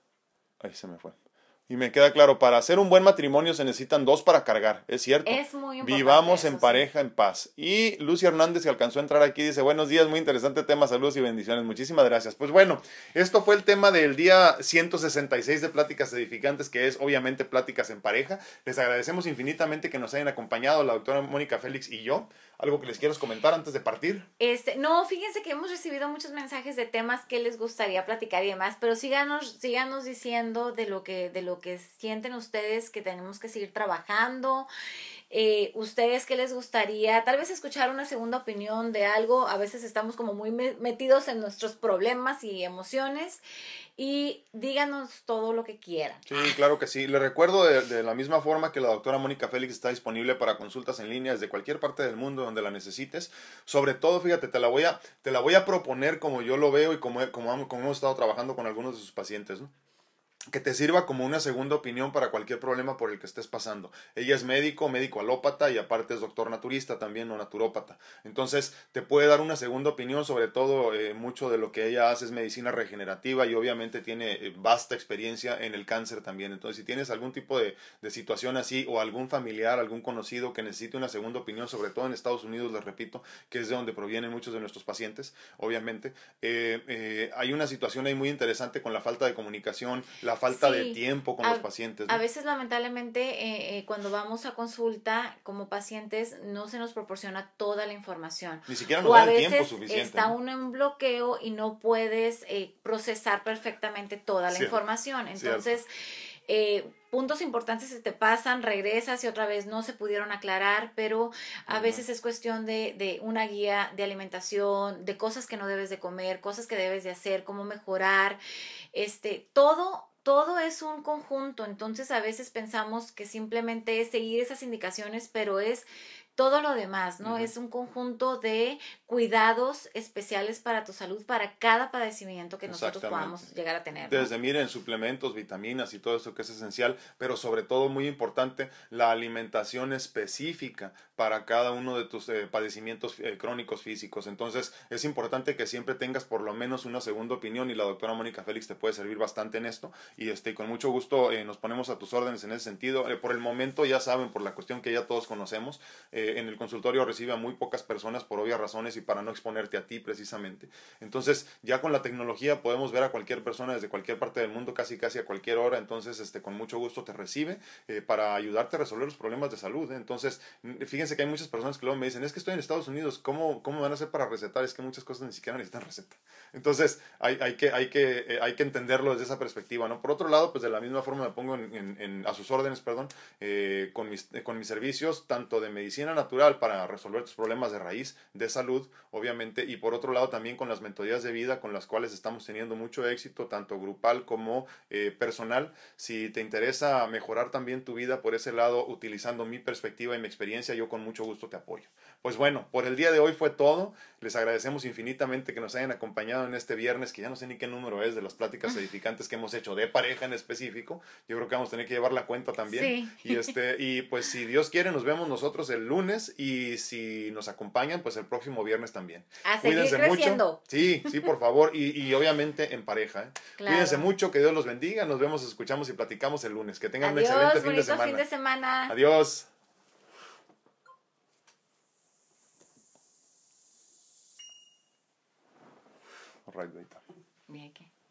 Ahí se me fue. Y me queda claro, para hacer un buen matrimonio se necesitan dos para cargar, es cierto. Es muy importante Vivamos eso, en sí. pareja, en paz. Y Lucy Hernández, que alcanzó a entrar aquí, dice, buenos días, muy interesante tema, saludos y bendiciones. Muchísimas gracias. Pues bueno, esto fue el tema del día ciento sesenta y seis de Pláticas Edificantes, que es obviamente Pláticas en Pareja. Les agradecemos infinitamente que nos hayan acompañado la doctora Mónica Félix y yo. ¿Algo que les quieras comentar antes de partir? Este, no, fíjense que hemos recibido muchos mensajes de temas que les gustaría platicar y demás, pero síganos, síganos diciendo de lo que, de lo que sienten ustedes que tenemos que seguir trabajando. Eh, ustedes qué les gustaría, tal vez escuchar una segunda opinión de algo. A veces estamos como muy me- metidos en nuestros problemas y emociones, y díganos todo lo que quieran. Sí, claro que sí. Le recuerdo de, de la misma forma que la doctora Mónica Félix está disponible para consultas en línea desde cualquier parte del mundo donde la necesites. Sobre todo, fíjate, te la voy a, te la voy a proponer como yo lo veo y como, como, como hemos estado trabajando con algunos de sus pacientes, ¿no? Que te sirva como una segunda opinión para cualquier problema por el que estés pasando. Ella es médico, médico alópata y aparte es doctor naturista también o naturópata. Entonces te puede dar una segunda opinión, sobre todo eh, mucho de lo que ella hace es medicina regenerativa y obviamente tiene eh, vasta experiencia en el cáncer también. Entonces si tienes algún tipo de, de situación así o algún familiar, algún conocido que necesite una segunda opinión, sobre todo en Estados Unidos, les repito, que es de donde provienen muchos de nuestros pacientes, obviamente, eh, eh, hay una situación ahí muy interesante con la falta de comunicación, la la falta Sí, de tiempo con a, los pacientes, ¿no? a veces lamentablemente eh, eh, cuando vamos a consulta como pacientes no se nos proporciona toda la información. Ni siquiera nos O a dan el tiempo veces suficiente, está ¿no? uno en bloqueo y no puedes eh, procesar perfectamente toda la Cierto, información. cierto. Entonces, eh, puntos importantes se te pasan, regresas y otra vez no se pudieron aclarar, pero a Ujú. veces es cuestión de, de una guía de alimentación, de cosas que no debes de comer, cosas que debes de hacer, cómo mejorar, este, todo, todo es un conjunto. Entonces a veces pensamos que simplemente es seguir esas indicaciones, pero es todo lo demás, ¿no? Ujú. Es un conjunto de cuidados especiales para tu salud, para cada padecimiento que nosotros Exactamente. podamos llegar a tener, ¿no? Desde, miren, suplementos, vitaminas y todo eso que es esencial, pero sobre todo muy importante, la alimentación específica para cada uno de tus eh, padecimientos eh, crónicos físicos. Entonces, es importante que siempre tengas por lo menos una segunda opinión y la doctora Mónica Félix te puede servir bastante en esto. Y este, con mucho gusto eh, nos ponemos a tus órdenes en ese sentido. Eh, por el momento, ya saben, por la cuestión que ya todos conocemos, eh, en el consultorio recibe a muy pocas personas por obvias razones y para no exponerte a ti precisamente. Entonces, ya con la tecnología podemos ver a cualquier persona desde cualquier parte del mundo, casi casi a cualquier hora. Entonces, este, con mucho gusto te recibe eh, para ayudarte a resolver los problemas de salud. ¿eh? Entonces, fíjense que hay muchas personas que luego me dicen, es que estoy en Estados Unidos, ¿cómo, cómo van a hacer para recetar? Es que muchas cosas ni siquiera necesitan receta. Entonces, hay, hay, que, hay, que, eh, hay que entenderlo desde esa perspectiva, ¿no? Por otro lado, pues de la misma forma me pongo en, en, en, a sus órdenes, perdón, eh, con, mis, eh, con mis servicios, tanto de medicina natural para resolver tus problemas de raíz, de salud, obviamente, y por otro lado también con las mentorías de vida con las cuales estamos teniendo mucho éxito, tanto grupal como eh, personal. Si te interesa mejorar también tu vida por ese lado, utilizando mi perspectiva y mi experiencia, yo con mucho gusto te apoyo. Pues bueno, por el día de hoy fue todo. Les agradecemos infinitamente que nos hayan acompañado en este viernes, que ya no sé ni qué número es de las pláticas edificantes que hemos hecho de pareja en específico. Yo creo que vamos a tener que llevar la cuenta también. Sí. Y, este, y pues si Dios quiere, nos vemos nosotros el lunes y si nos acompañan, pues el próximo viernes también. A seguir Cuídense creciendo. mucho. Sí, sí, por favor. Y, y obviamente en pareja. ¿eh? Claro. Cuídense mucho, que Dios los bendiga. Nos vemos, escuchamos y platicamos el lunes. Que tengan Adiós, un excelente fin de bonito semana. fin de semana. Adiós. All right, later. Bien, ¿qué?